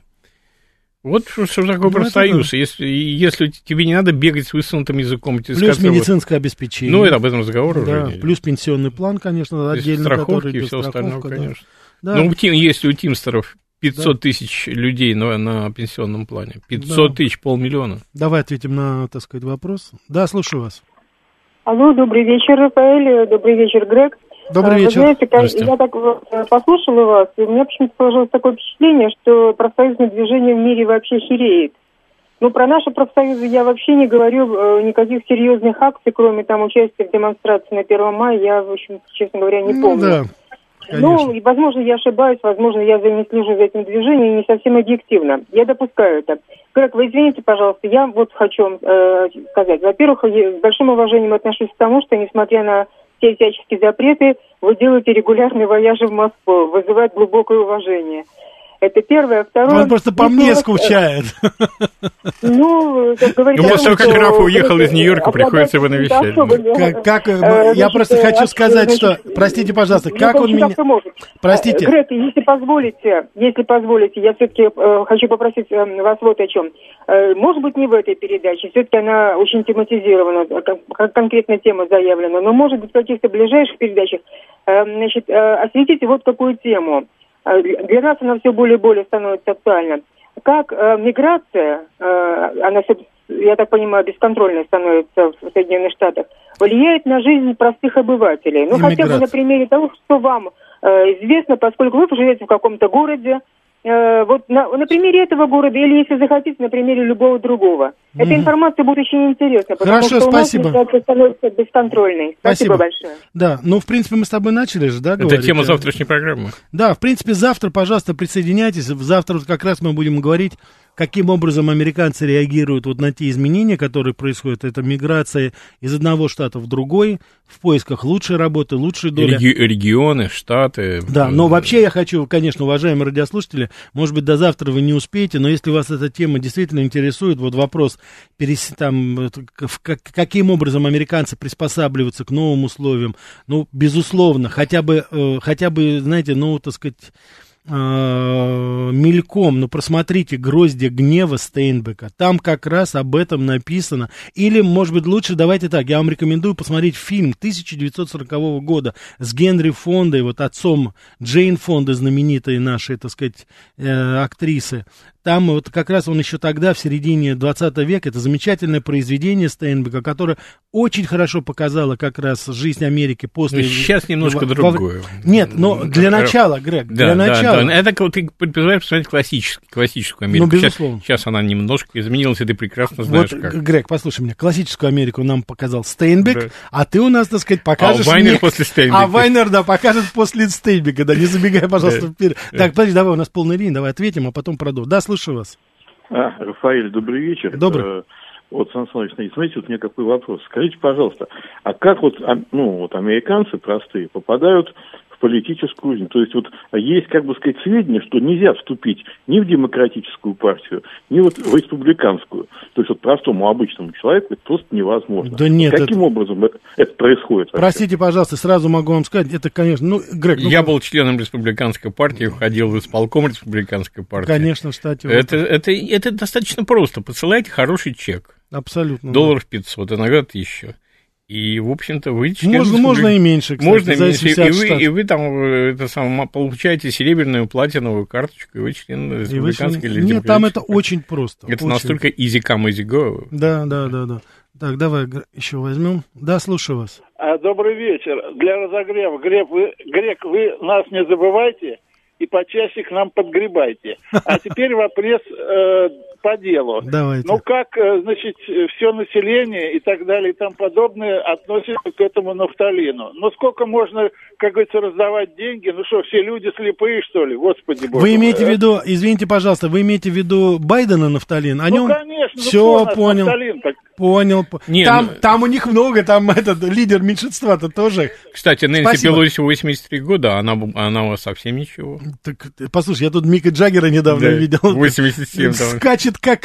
Вот что, что такое ну, профсоюз. Да. Если, если тебе не надо бегать с высунутым языком.
Плюс медицинское обещание.
Ну, это об этом разговор
да,
уже.
Плюс пенсионный план, конечно, отдельно.
Страховки и все остальное, да. конечно.
Да.
Ну, если у Тимстеров пятьсот тысяч людей на, на пенсионном плане. пятьсот да. тысяч, полмиллиона.
Давай ответим на, так сказать, вопрос. Да, слушаю вас.
Алло, добрый вечер, Рафаэль. Добрый вечер, Грег.
Добрый вечер.
Вы знаете, я так вот послушала вас, и у меня почему-то сложилось такое впечатление, что профсоюзное движение в мире вообще хереет. Ну, про наши профсоюзы я вообще не говорю, никаких серьезных акций, кроме там участия в демонстрации на первого мая, я, в общем, честно говоря, не помню.
Ну, да. Конечно.
Ну, и, возможно, я ошибаюсь, возможно, я за не слежу за этим движением, не совсем объективно. Я допускаю это. Грег, вы извините, пожалуйста, я вот хочу э, сказать. Во-первых, я с большим уважением отношусь к тому, что, несмотря на все всяческие запреты, вы делаете регулярные вояжи в Москву, вызывает глубокое уважение. Это первое. Второе...
Он просто по мне скучает.
Ну, как говорится...
Ну, после того, как Рафа уехал из Нью-Йорка, приходится его навещать.
Как, как, я просто хочу сказать, что... Простите, пожалуйста, как он меня... Простите.
Грег, если позволите, если позволите, я все-таки хочу попросить вас вот о чем. Может быть, не в этой передаче, все-таки она очень тематизирована, конкретная тема заявлена, но, может быть, в каких-то ближайших передачах, значит, осветите вот какую тему. для нас она все более и более становится актуальна. Как э, миграция, э, она, я так понимаю, бесконтрольной становится в Соединенных Штатах, влияет на жизнь простых обывателей? Ну, хотя бы на примере того, что вам э, известно, поскольку вы живете в каком-то городе, э, вот на, на примере этого города, или, если захотите, на примере любого другого. Mm-hmm. Эта информация будет очень интересна, потому
Хорошо,
что у нас
спасибо.
миграция становится бесконтрольной. Спасибо. Спасибо большое.
Да, ну, в принципе, мы с тобой начали же, да, говорить?
Это тема завтрашней программы.
Да, в принципе, завтра, пожалуйста, присоединяйтесь. Завтра вот как раз мы будем говорить, каким образом американцы реагируют вот на те изменения, которые происходят. Это миграция из одного штата в другой, в поисках лучшей работы, лучшей доли.
Реги- регионы, штаты.
Да, но вообще я хочу, конечно, уважаемые радиослушатели, может быть, до завтра вы не успеете, но если вас эта тема действительно интересует, вот вопрос, перес... там, как, каким образом американцы приспосабливаются к новым условиям, ну, безусловно, хотя бы, хотя бы, знаете, ну, так сказать... мельком, ну, просмотрите «Гроздья гнева» Стейнбека, там как раз об этом написано. Или, может быть, лучше, давайте так, я вам рекомендую посмотреть фильм тысяча девятьсот сорокового года с Генри Фондой, вот отцом Джейн Фонды, знаменитой нашей, так сказать, э, актрисы. Там вот как раз он еще тогда, в середине двадцатого века, это замечательное произведение Стейнбека, которое очень хорошо показало как раз жизнь Америки после...
Ну, сейчас немножко
во...
другое.
Нет, но для начала, Грег,
да,
для
да,
начала...
Да, это ты предпочитаешь посмотреть классический, классическую Америку.
Ну, безусловно.
Сейчас, сейчас она немножко изменилась, и ты прекрасно знаешь,
вот,
как.
Грег, послушай меня, классическую Америку нам показал Стейнбек, да. А ты у нас, так сказать, покажешь...
А Вайнер
мне...
после Стейнбека.
А Вайнер, да, покажет после Стейнбека, да, не забегай, пожалуйста, вперед. Так, подожди, давай, у нас полная линия, давай ответим, а потом продолжим. Да, слушаю вас.
А, Рафаэль, добрый вечер.
Добрый.
Вот, Сан Саныч, смотрите, вот у меня какой вопрос. Скажите, пожалуйста, а как вот, ну, вот американцы простые попадают в политическую жизнь? То есть вот есть, как бы сказать, сведения, что нельзя вступить ни в демократическую партию, ни вот в республиканскую. То есть вот простому обычному человеку это просто невозможно.
Да нет.
Каким это... образом это происходит? Вообще?
Простите, пожалуйста, сразу могу вам сказать, это, конечно, ну, Грег... Ну...
Я был членом республиканской партии, входил в исполком республиканской партии.
Конечно, кстати.
Это, вот. это, это, это достаточно просто. Посылайте хороший чек.
Абсолютно.
Долларов пятьсот, иногда тысяча. И, в общем-то, вы...
Можно, можно и меньше, кстати.
Можно и меньше. И вы, и вы там это самое, получаете серебряную, платиновую карточку, и вы член республиканской или
Нет, там это очень просто.
Это
очень.
Настолько easy come, easy go.
Да, да, да, да. Так, давай еще возьмем. Да, слушаю вас.
А, добрый вечер. Для разогрева. Грек вы, Грек, вы нас не забывайте и почаще к нам подгребайте. А теперь вопрос э, по делу.
Давайте.
Ну, как, значит, все население и так далее и тому подобное относится к этому нафталину? Ну, сколько можно, как говорится, раздавать деньги? Ну что, все люди слепые, что ли? Господи боже.
Вы имеете в виду, извините, пожалуйста, вы имеете в виду Байдена нафталин? О нем...
Ну, конечно.
Все,
ну,
понял.
Нафталин-то?
Понял.
Не,
там,
ну...
там у них много, там этот лидер меньшинства-то тоже.
Кстати, Нэнси Пелоси восемьдесят три года, она, она у вас совсем ничего.
Так, послушай, я тут Мика Джаггера недавно
да,
видел.
восемьдесят семь.
Скачет как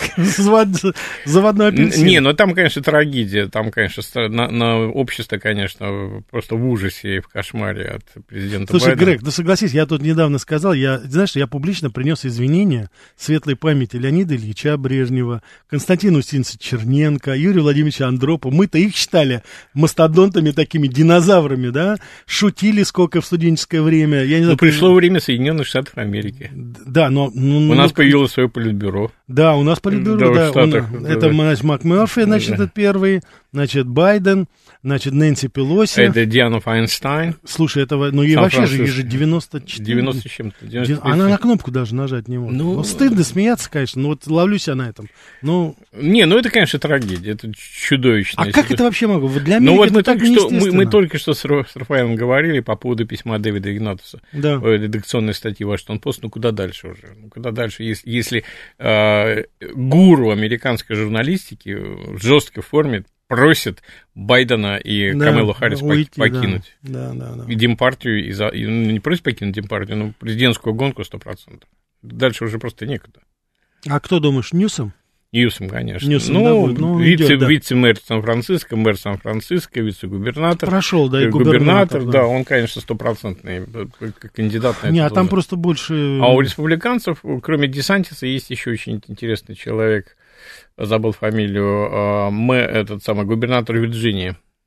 заводной апельсин.
Не, ну там, конечно, трагедия. Там, конечно, на, на общество, конечно, просто в ужасе и в кошмаре от президента
Слушай,
Байдена.
Грег, ну согласись, я тут недавно сказал, я, знаешь, я публично принес извинения светлой памяти Леонида Ильича Брежнева, Константина Устиновича Черненко, Юрия Владимировича Андропова. Мы-то их считали мастодонтами, такими динозаврами, да? Шутили сколько в студенческое время. Я не знаю,
ну, пришло
ты...
время Соединенных Штатов Америки.
Да, но... Ну,
у
ну,
нас
ну,
появилось свое политбюро.
Да, у нас политбюро, да.
да, Штатах,
он,
да,
это,
да.
значит, МакМерфи, значит, да. это первый, значит, Байден, значит, Нэнси Пелоси.
Это Диана Файнстайн.
Слушай, этого, ну, ей вообще же, ей же девяносто четыре.
девяносто с чем-то. девяносто
Она на кнопку даже нажать не может. Ну, ну, стыдно смеяться, конечно, но вот ловлю себя на этом. Ну...
Не, ну, это, конечно, трагедия, это чудовищно.
А как это вообще могло? Для Америки
ну, вот
это
мы
так
только что, мы, мы
неестественно.
только что с, с Рафаэлем говорили по поводу письма Дэвида Игнатуса,
да.
редакционной статьи Вашингтон-Пост, ну, куда дальше уже? Ну, куда дальше, если, если э, гуру американской журналистики в жесткой форме просит Байдена и да, Камелу Харрис уйти, покинуть
да. Да, да, да.
и Демпартию, и, за, и ну, не просит покинуть Демпартию, но президентскую гонку сто процентов. Дальше уже просто некуда.
А кто думаешь, Ньюсом?
Ньюсом, конечно.
Ньюсом,
ну,
да, ну
вице,
идет, да.
вице-мэр Сан-Франциско, мэр Сан-Франциско, вице-губернатор.
Прошел, да, и
губернатор.
губернатор,
да. да, он, конечно, стопроцентный кандидат на это.
Не, а
должен.
там просто больше...
А у республиканцев, кроме Десантиса, есть еще очень интересный человек, забыл фамилию, мэ, этот самый губернатор Вирджинии.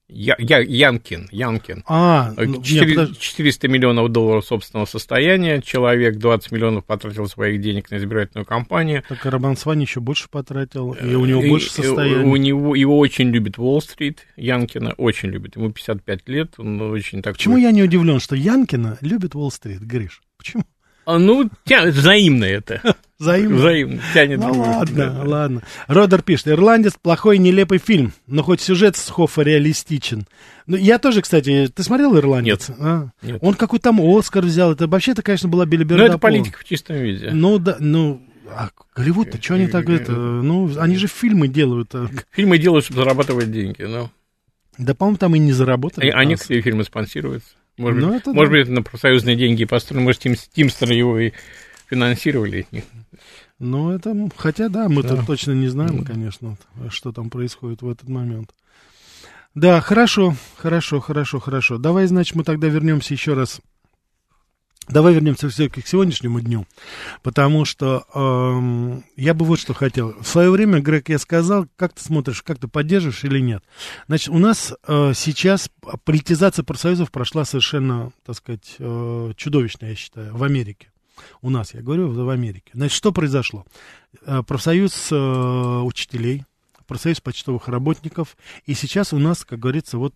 Я, я, Янкин, Янкин.
А,
четыреста, четыреста миллионов долларов собственного состояния, человек двадцать миллионов потратил своих денег на избирательную кампанию.
Так Роман Свани еще больше потратил, и у него и, больше состояния.
У него, его очень любит Уолл-стрит, Янкина очень любит, ему пятьдесят пять лет, он очень такой...
Почему я не удивлен, что Янкина любит Уолл-стрит, Гриш? Почему?
А, ну, тя... взаимно это.
Взаимно?
Взаимно, тянет.
Ну, ладно, ладно. Родер пишет, «Ирландец» — плохой нелепый фильм, но хоть сюжет с Хоффа реалистичен. Ну, я тоже, кстати, ты смотрел «Ирландец»?
Нет.
А?
Нет.
Он какой-то там Оскар взял, это вообще-то, конечно, была белиберда.
Ну, это политика в чистом виде.
Ну, да, ну... А Голливуд-то, что они так это... Ну, они же фильмы делают.
Фильмы делают, чтобы зарабатывать деньги, ну.
Да, по-моему, там и не заработали.
А, а некоторые фильмы спонсируются. Может,
ну,
быть,
это
может
да.
быть, это на профсоюзные деньги построено, может, Тим, Тимстер его и финансировали.
Ну, это... Хотя, да, мы-то
да.
точно не знаем, конечно, что там происходит в этот момент. Да, хорошо, хорошо, хорошо, хорошо. Давай, значит, мы тогда вернемся еще раз. Давай вернемся все-таки к сегодняшнему дню, потому что э, я бы вот что хотел. В свое время, Грег, я сказал, как ты смотришь, как ты поддерживаешь или нет. Значит, у нас э, сейчас политизация профсоюзов прошла совершенно, так сказать, э, чудовищно, я считаю, в Америке. У нас, я говорю, в Америке. Значит, что произошло? Э, профсоюз э, учителей, профсоюз почтовых работников, и сейчас у нас, как говорится, вот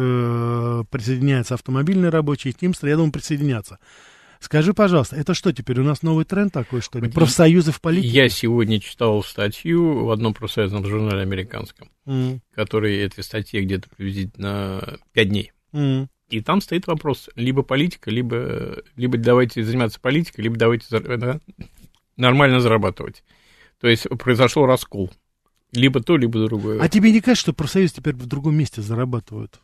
э, присоединяется автомобильный рабочий, Тимстер, я думаю, присоединятся. Скажи, пожалуйста, это что теперь, у нас новый тренд такой, что ли? Профсоюзы в политике?
Я сегодня читал статью в одном профсоюзном журнале американском, mm. который этой статье где-то приблизительно пять дней. Mm. И там стоит вопрос, либо политика, либо, либо давайте заниматься политикой, либо давайте да, нормально зарабатывать. То есть произошел раскол. Либо то, либо другое.
А тебе не кажется, что профсоюзы теперь в другом месте зарабатывают?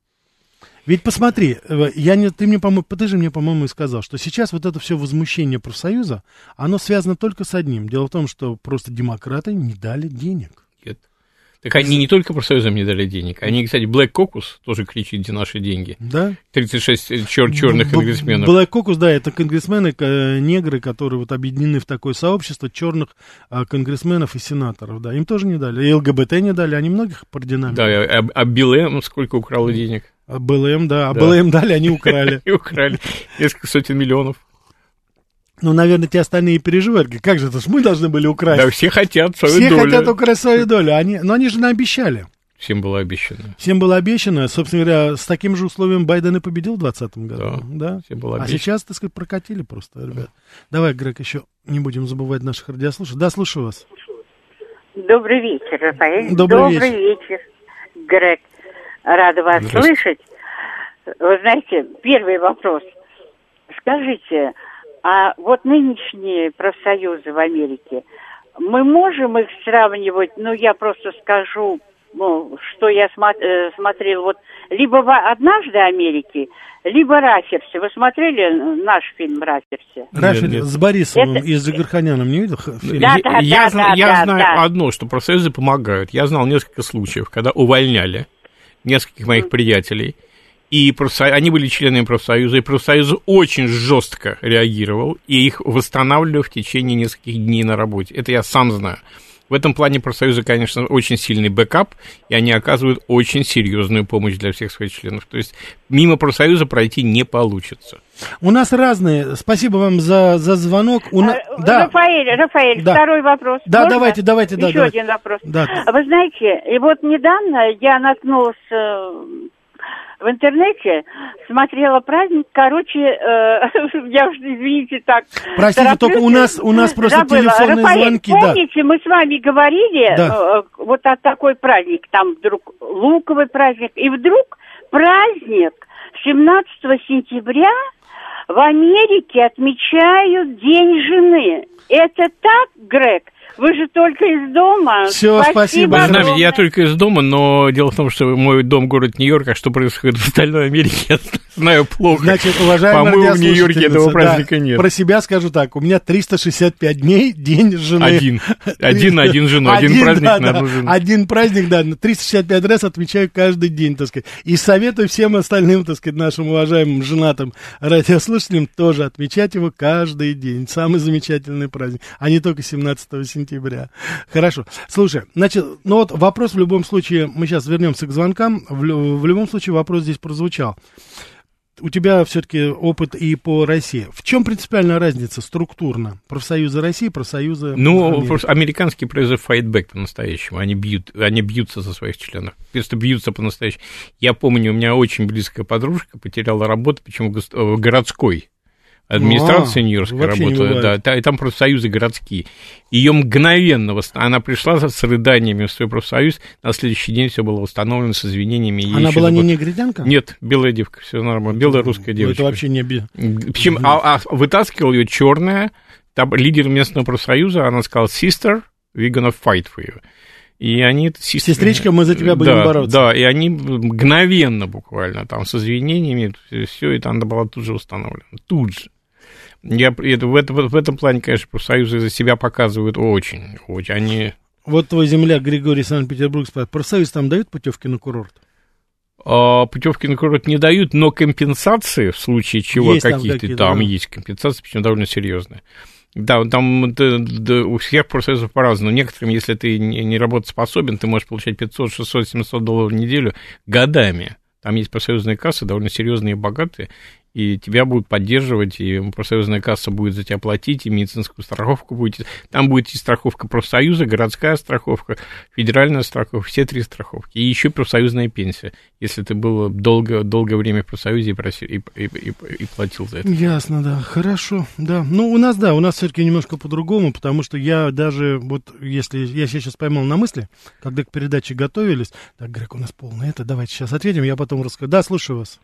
Ведь посмотри, я не, ты, мне, ты же мне, по-моему, и сказал, что сейчас вот это все возмущение профсоюза, оно связано только с одним. Дело в том, что просто демократы не дали денег.
Нет. Так они не только профсоюзам не дали денег. Они, кстати, Black Caucus тоже кричит, где наши деньги.
Да?
тридцать шесть чер- черных конгрессменов.
Black Caucus, да, это конгрессмены, негры, которые вот объединены в такое сообщество черных конгрессменов и сенаторов. Да, им тоже не дали. И ЛГБТ не дали, они многих продинамили.
Да, а, а Билл Эм сколько украл денег?
А Билл Эм, да, а Билл Эм дали, они украли.
И украли несколько сотен миллионов.
Ну, наверное, те остальные переживают. Как же это ж мы должны были украсть?
Да, все хотят свою
все
долю.
Все хотят украсть свою долю. Они, но они же наобещали.
Всем было обещано.
Всем было обещано. Собственно говоря, с таким же условием Байден и победил в двадцатом году. Да,
да? Всем было
а сейчас, так сказать, прокатили просто, ребят. Давай, Грег, еще не будем забывать наших радиослушателей. Да, слушаю вас.
Добрый вечер, Рафаэль.
Добрый,
Добрый вечер. вечер, Грег. Рада вас слышать. Вы знаете, первый вопрос. Скажите, а вот нынешние профсоюзы в Америке, мы можем их сравнивать, ну, я просто скажу, ну, что я смо- э, смотрел, вот, либо в «Однажды Америки», либо «Рафферси». Вы смотрели наш фильм «Рафферси»?
«Рафферси» с Борисовым
Это...
и с Джигарханяном не видел фильм?
Да, да,
я
да,
зна-
да,
я
да,
знаю
да.
одно, что профсоюзы помогают. Я знал несколько случаев, когда увольняли нескольких моих mm. приятелей, и профсо... они были членами профсоюза, и профсоюз очень жестко реагировал, и их восстанавливали в течение нескольких дней на работе. Это я сам знаю. В этом плане профсоюзы, конечно, очень сильный бэкап, и они оказывают очень серьезную помощь для всех своих членов. То есть мимо профсоюза пройти не получится.
У нас разные. Спасибо вам за, за звонок. У на...
а,
да.
Рафаэль, Рафаэль,
да.
второй вопрос.
Да,
Можно?
давайте, давайте. Да,
Еще
давайте.
один вопрос.
Да.
Вы знаете, и вот недавно я наткнулась в интернете, смотрела праздник, короче, э, я уж, извините, так...
Простите, только у нас, у нас просто
забыла.
телефонные
Рафаэль,
звонки,
помните,
да.
мы с вами говорили,
да.
э, вот о такой праздник, там вдруг луковый праздник, и вдруг праздник семнадцатого сентября в Америке отмечают День жены. Это так, Грег? Вы же только из дома.
Все, спасибо.
Вы знаете, я только из дома, но дело в том, что мой дом город Нью-Йорк, а что происходит в остальной Америке, я знаю плохо.
Значит, уважаемые
По-моему, в Нью-Йорке этого праздника
да,
нет.
Про себя скажу так, у меня триста шестьдесят пять дней, день жены.
Один. Один на один жену, один, один праздник
да,
на одну
да,
жену.
Один праздник, да, триста шестьдесят пять раз отмечаю каждый день, так сказать. И советую всем остальным, так сказать, нашим уважаемым женатым радиослушателям тоже отмечать его каждый день. Самый замечательный праздник, а не только семнадцатого сентября. сентября. Хорошо. Слушай, значит, ну вот вопрос в любом случае, мы сейчас вернемся к звонкам, в, в любом случае вопрос здесь прозвучал. У тебя все-таки опыт и по России. В чем принципиальная разница структурно? Профсоюзы России, профсоюзы
Ну,
Америки?
американские профсоюзы файтбэк по-настоящему. Они, бьют, они бьются за своих членов. Просто бьются по-настоящему. Я помню, у меня очень близкая подружка потеряла работу, почему в городской администрации
А,
Нью-Йоркской работала, да, и там профсоюзы городские. Ее мгновенно, она пришла с рыданиями в свой профсоюз, на следующий день все было восстановлено с извинениями.
Она была не негритянка?
Нет, белая девка, все нормально, белая русская девочка.
Это вообще не...
Причем, а, а вытаскивала ее черная, там лидер местного профсоюза, она сказала, sister, we're gonna fight for you. И они...
Сестричка, мы за тебя будем
да,
бороться.
Да, и они мгновенно буквально, там, с извинениями, все это она была тут же установлена, тут же. Я, это, в, это, в этом плане, конечно, профсоюзы за себя показывают очень, очень. Они...
Вот твой земляк Григорий Санкт-Петербург спрашивает, профсоюз там дают путевки на курорт?
А, путевки на курорт не дают, но компенсации, в случае чего,
есть
каких-то,
там, какие-то,
там
да.
есть компенсации, причем довольно серьезные. Да, там да, да, у всех профсоюзов по-разному. Некоторым, если ты не, не работоспособен, ты можешь получать пятьсот, шестьсот, семьсот долларов в неделю годами. Там есть профсоюзные кассы, довольно серьезные и богатые, и тебя будут поддерживать, и профсоюзная касса будет за тебя платить, и медицинскую страховку будет. Там будет и страховка профсоюза, городская страховка, федеральная страховка, все три страховки. И еще профсоюзная пенсия, если ты был долго, долгое время в профсоюзе и, просил, и, и, и, и платил за это.
Ясно, да, хорошо, да. Ну, у нас, да, у нас все-таки немножко по-другому, потому что я даже, вот, если я сейчас поймал на мысли, когда к передаче готовились, так, Грег, у нас полное это, давайте сейчас ответим, я потом расскажу. Да, слушаю вас.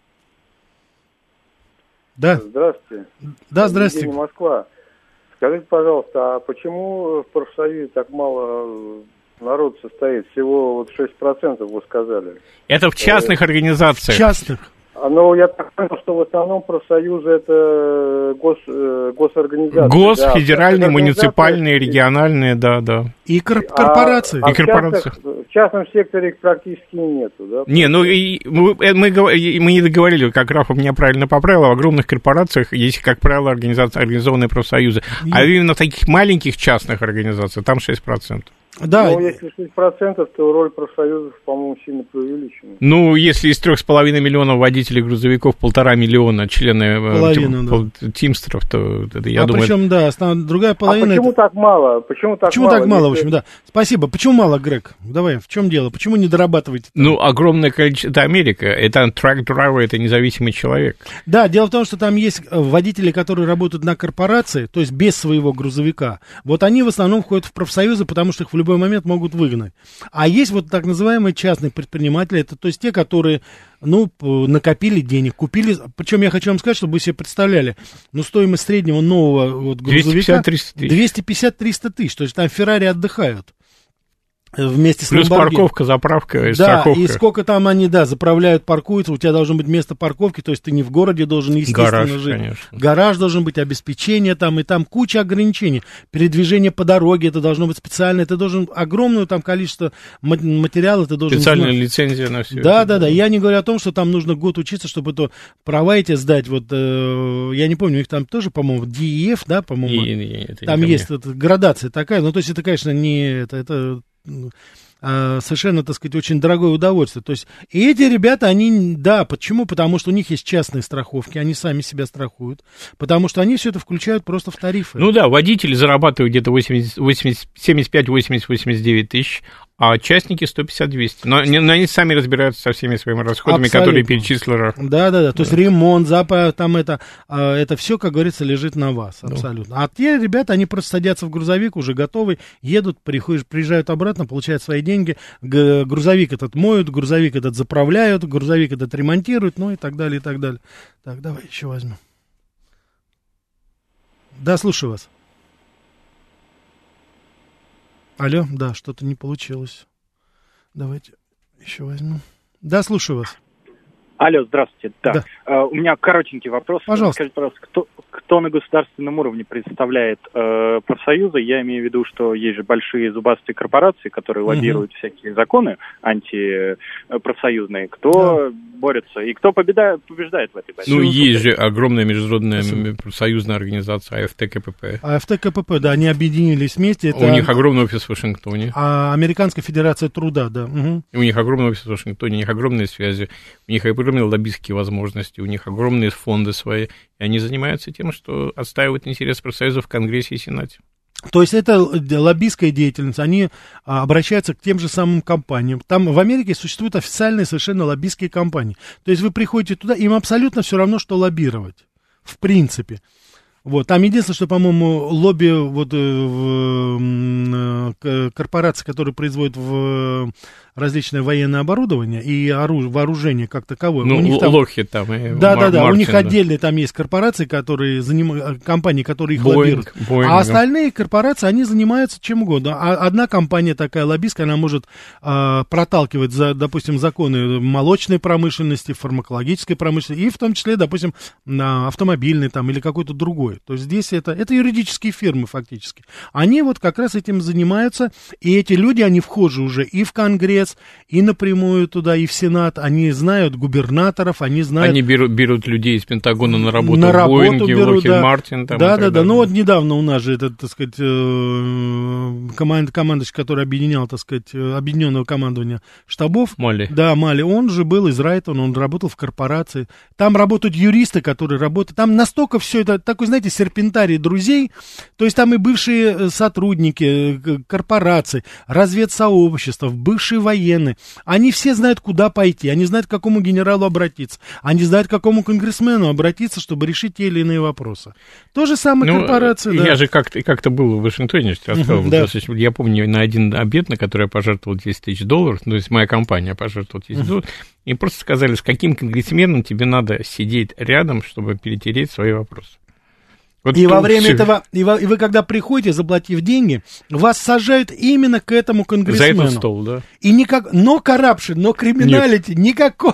Да.
Здравствуйте.
Да, здравствуйте.
Евгений, Москва. Скажите, пожалуйста, а почему в профсоюзе так мало народ состоит? Всего вот шесть процентов, вы сказали.
Это в частных э, организациях.
В частных.
Ну, я так понял, что в основном профсоюзы это гос, госорганизации.
Гос,
да,
федеральные, муниципальные, региональные, да, да.
И корпорации.
А,
и корпорации.
В частном секторе их практически нету, да?
Не, ну, и мы, мы, мы не договорили, как Рафа меня правильно поправил, в огромных корпорациях есть, как правило, организации, организованные профсоюзы. И... А именно в таких маленьких частных организациях там шесть процентов.
Да.
Ну, если шесть процентов, то роль профсоюзов, по-моему, сильно преувеличена.
Ну, если из трех с половиной миллионов водителей грузовиков полтора миллиона члены половину, да. Тимстеров, то это, я
а
думаю...
причем, да, другая половина...
А почему
это...
так мало? Почему так
почему
мало?
так мало,
если...
в общем, да. Спасибо. Почему мало, Грег? Давай, в чем дело? Почему не дорабатываете? Там?
Ну, огромное количество... Это Америка. Это трак-драйвер, это независимый человек.
Да, дело в том, что там есть водители, которые работают на корпорации, то есть без своего грузовика. Вот они в основном входят в профсоюзы, потому что их в любой момент могут выгнать. А есть вот так называемые частные предприниматели, это то есть те, которые, ну, накопили денег, купили, причем я хочу вам сказать, чтобы вы себе представляли, ну, стоимость среднего нового вот, грузовика двести пятьдесят - триста тысяч, то есть там Феррари отдыхают. Вместе с
плюс
Ламборгини.
Парковка, заправка и
да,
страховка.
И сколько там они, да, заправляют, паркуются, у тебя должно быть место парковки, то есть ты не в городе должен, естественно,
гараж,
жить.
Конечно.
Гараж должен быть, обеспечение там, и там куча ограничений. Передвижение по дороге, это должно быть специально, ты должен огромное там количество материала, ты должен...
Специальная
знать.
лицензия на все
Да,
это.
да, да, я не говорю о том, что там нужно год учиться, чтобы то права эти сдать, вот, э, я не помню, их там тоже, по-моему, ди и эф, да, по-моему,
и, и, это
там есть это, градация такая, ну, то есть это, конечно, не... это, это совершенно, так сказать, очень дорогое удовольствие. То есть, и эти ребята, они, да, почему? Потому что у них есть частные страховки, они сами себя страхуют, потому что они все это включают просто в тарифы.
Ну да, водители зарабатывают где-то восемьдесят, восемьдесят, семьдесят пять, восемьдесят, восемьдесят девять тысяч, а частники сто пятьдесят - двести. Но, но они сами разбираются со всеми своими расходами,
абсолютно.
Которые перечислил Раф.
Да, да, да. То есть ремонт, запах, там это, это все, как говорится, лежит на вас. Абсолютно. Да. А те ребята, они просто садятся в грузовик, уже готовы, едут, приходят, приезжают обратно, получают свои деньги. Грузовик этот моют, грузовик этот заправляют, грузовик этот ремонтируют, ну и так далее, и так далее. Так, давай еще возьмем. Да, слушаю вас. Алло, да, что-то не получилось. Давайте еще возьмем. Да, слушаю вас.
Алло, здравствуйте. Да.
Да.
Uh, у меня коротенький вопрос.
Пожалуйста.
Скажите, пожалуйста, кто, кто на государственном уровне представляет uh, профсоюзы? Я имею в виду, что есть же большие зубастые корпорации, которые
Мгм.
лоббируют всякие законы антипрофсоюзные. Кто борется и кто победа, побеждает в этой борьбе?
Ну, есть же огромная международная профсоюзная организация АФТ-КПП.
АФТ-КПП, да, они объединились вместе. Это
У них огромный офис в Вашингтоне.
а, Американская Федерация Труда, да. Угу.
У них огромный офис в Вашингтоне, у них огромные связи, у них огромные лоббистские возможности, у них огромные фонды свои, и они занимаются тем, что отстаивают интересы профсоюзов в Конгрессе и Сенате.
То есть это лоббистская деятельность, они а, обращаются к тем же самым компаниям. Там в Америке существуют официальные совершенно лоббистские компании. То есть вы приходите туда, им абсолютно все равно, что лоббировать, в принципе. Вот. Там единственное, что, по-моему, лобби вот, в, в, корпорации, которые производят в различное военное оборудование и оруж, вооружение как таковое.
Ну,
у них там,
Локхед там. И
да,
Мар-
да, да.
Мартин,
У них
да.
отдельные там есть корпорации, которые занимают, компании, которые их
Boeing,
лоббируют.
Boeing,
а
да.
остальные корпорации, они занимаются чем угодно. А одна компания такая лоббистская, она может а, проталкивать, за, допустим, законы молочной промышленности, фармакологической промышленности, и в том числе, допустим, на автомобильной там или какой-то другой. То есть здесь это, это юридические фирмы фактически. Они вот как раз этим занимаются, и эти люди, они вхожи уже и в Конгресс, и напрямую туда, и в Сенат. Они знают губернаторов, они знают...
Они берут, берут людей из Пентагона на работу
на
в
работу
Боинге, в
берут,
Локхед
да.
Мартин. Там,
да, да, да.
далее.
Ну вот недавно у нас же этот, так сказать, команд, командующий, который объединял, так сказать, объединенного командования штабов.
Мали.
Да, Мали. Он же был из Райтона, он работал в корпорации. Там работают юристы, которые работают. Там настолько все это, такой, знаете, серпентарий друзей. То есть там и бывшие сотрудники корпораций, разведсообществ, бывшие военные. Они все знают, куда пойти. Они знают, к какому генералу обратиться. Они знают, к какому конгрессмену обратиться, чтобы решить те или иные вопросы. То же самое
Ну,
корпорация,
я
да.
же как-то, как-то был в Вашингтоне, я рассказывал.
Мгм, да.
Я помню на один обед, на который я пожертвовал десять тысяч долларов, то есть моя компания пожертвовала десять тысяч долларов, им просто сказали, с каким конгрессменом тебе надо сидеть рядом, чтобы перетереть свои вопросы. Вот
И
то
во время
всё.
этого, и, во- и вы когда приходите, заплатив деньги, вас сажают именно к этому
За
конгрессмену.
этот стол, да.
И никак, но коррупшн, но криминалити никакого.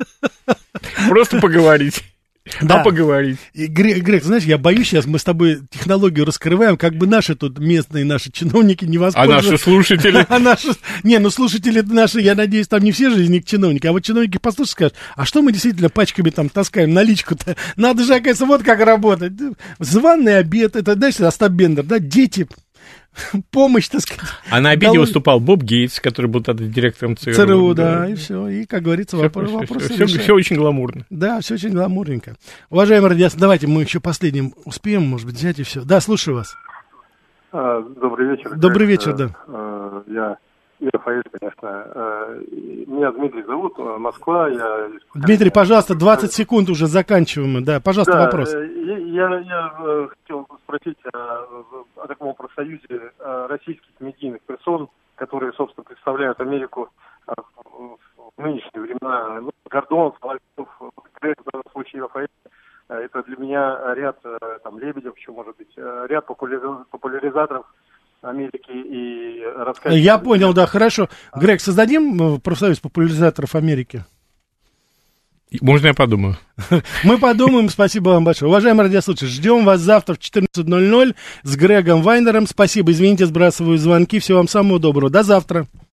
Просто поговорить.
Да.
А поговорить.
И, Грег, Грег, знаешь, я боюсь, сейчас мы с тобой технологию раскрываем, как бы наши тут местные наши чиновники не
А
воспользовались.
наши слушатели?
А наши... Не, ну слушатели наши, я надеюсь, там не все же из них чиновники, а вот чиновники послушают, скажут, а что мы действительно пачками там таскаем наличку-то? Надо же, оказывается, вот как работать. Званый обед, это, знаешь, Остап Бендер, да, дети, помощь, так сказать.
А на обеде
Дало-
выступал Боб Гейтс, который был тогда директором ЦРУ.
ЦРУ, да, и все. И, как говорится,
Все,
вопрос, вопросы
все,
решают.
все очень гламурно.
Да, все очень гламурненько. Уважаемые радиослушатели, давайте мы еще последним успеем, может быть, взять и все. Да, слушаю вас.
А, Добрый вечер.
Добрый
Как,
вечер,
э,
да.
э, Я и Рафаэль, конечно. Э, и Меня Дмитрий зовут, э, Москва. Я...
Дмитрий, пожалуйста, двадцать секунд уже заканчиваем. мы. Да, пожалуйста,
Да,
вопрос.
э, Я, я, я э, хотел спросить о, о таком профсоюзе э, российских медийных персон, которые, собственно, представляют Америку э, в в нынешние времена. Ну, Гордон, Соловьев, Грег, в данном случае Рафаэль. Э, Это для меня ряд, э, там, Лебедев еще, может быть, э, ряд популяри- популяризаторов Америки и рассказчиков.
Я понял, да, хорошо. Грег, создадим э, профсоюз популяризаторов Америки?
Можно я подумаю?
Мы подумаем, спасибо вам большое. Уважаемые радиослушатели, ждем вас завтра в четырнадцать ноль ноль с Грегом Вайнером. Спасибо, извините, сбрасываю звонки. Всего вам самого доброго. До завтра.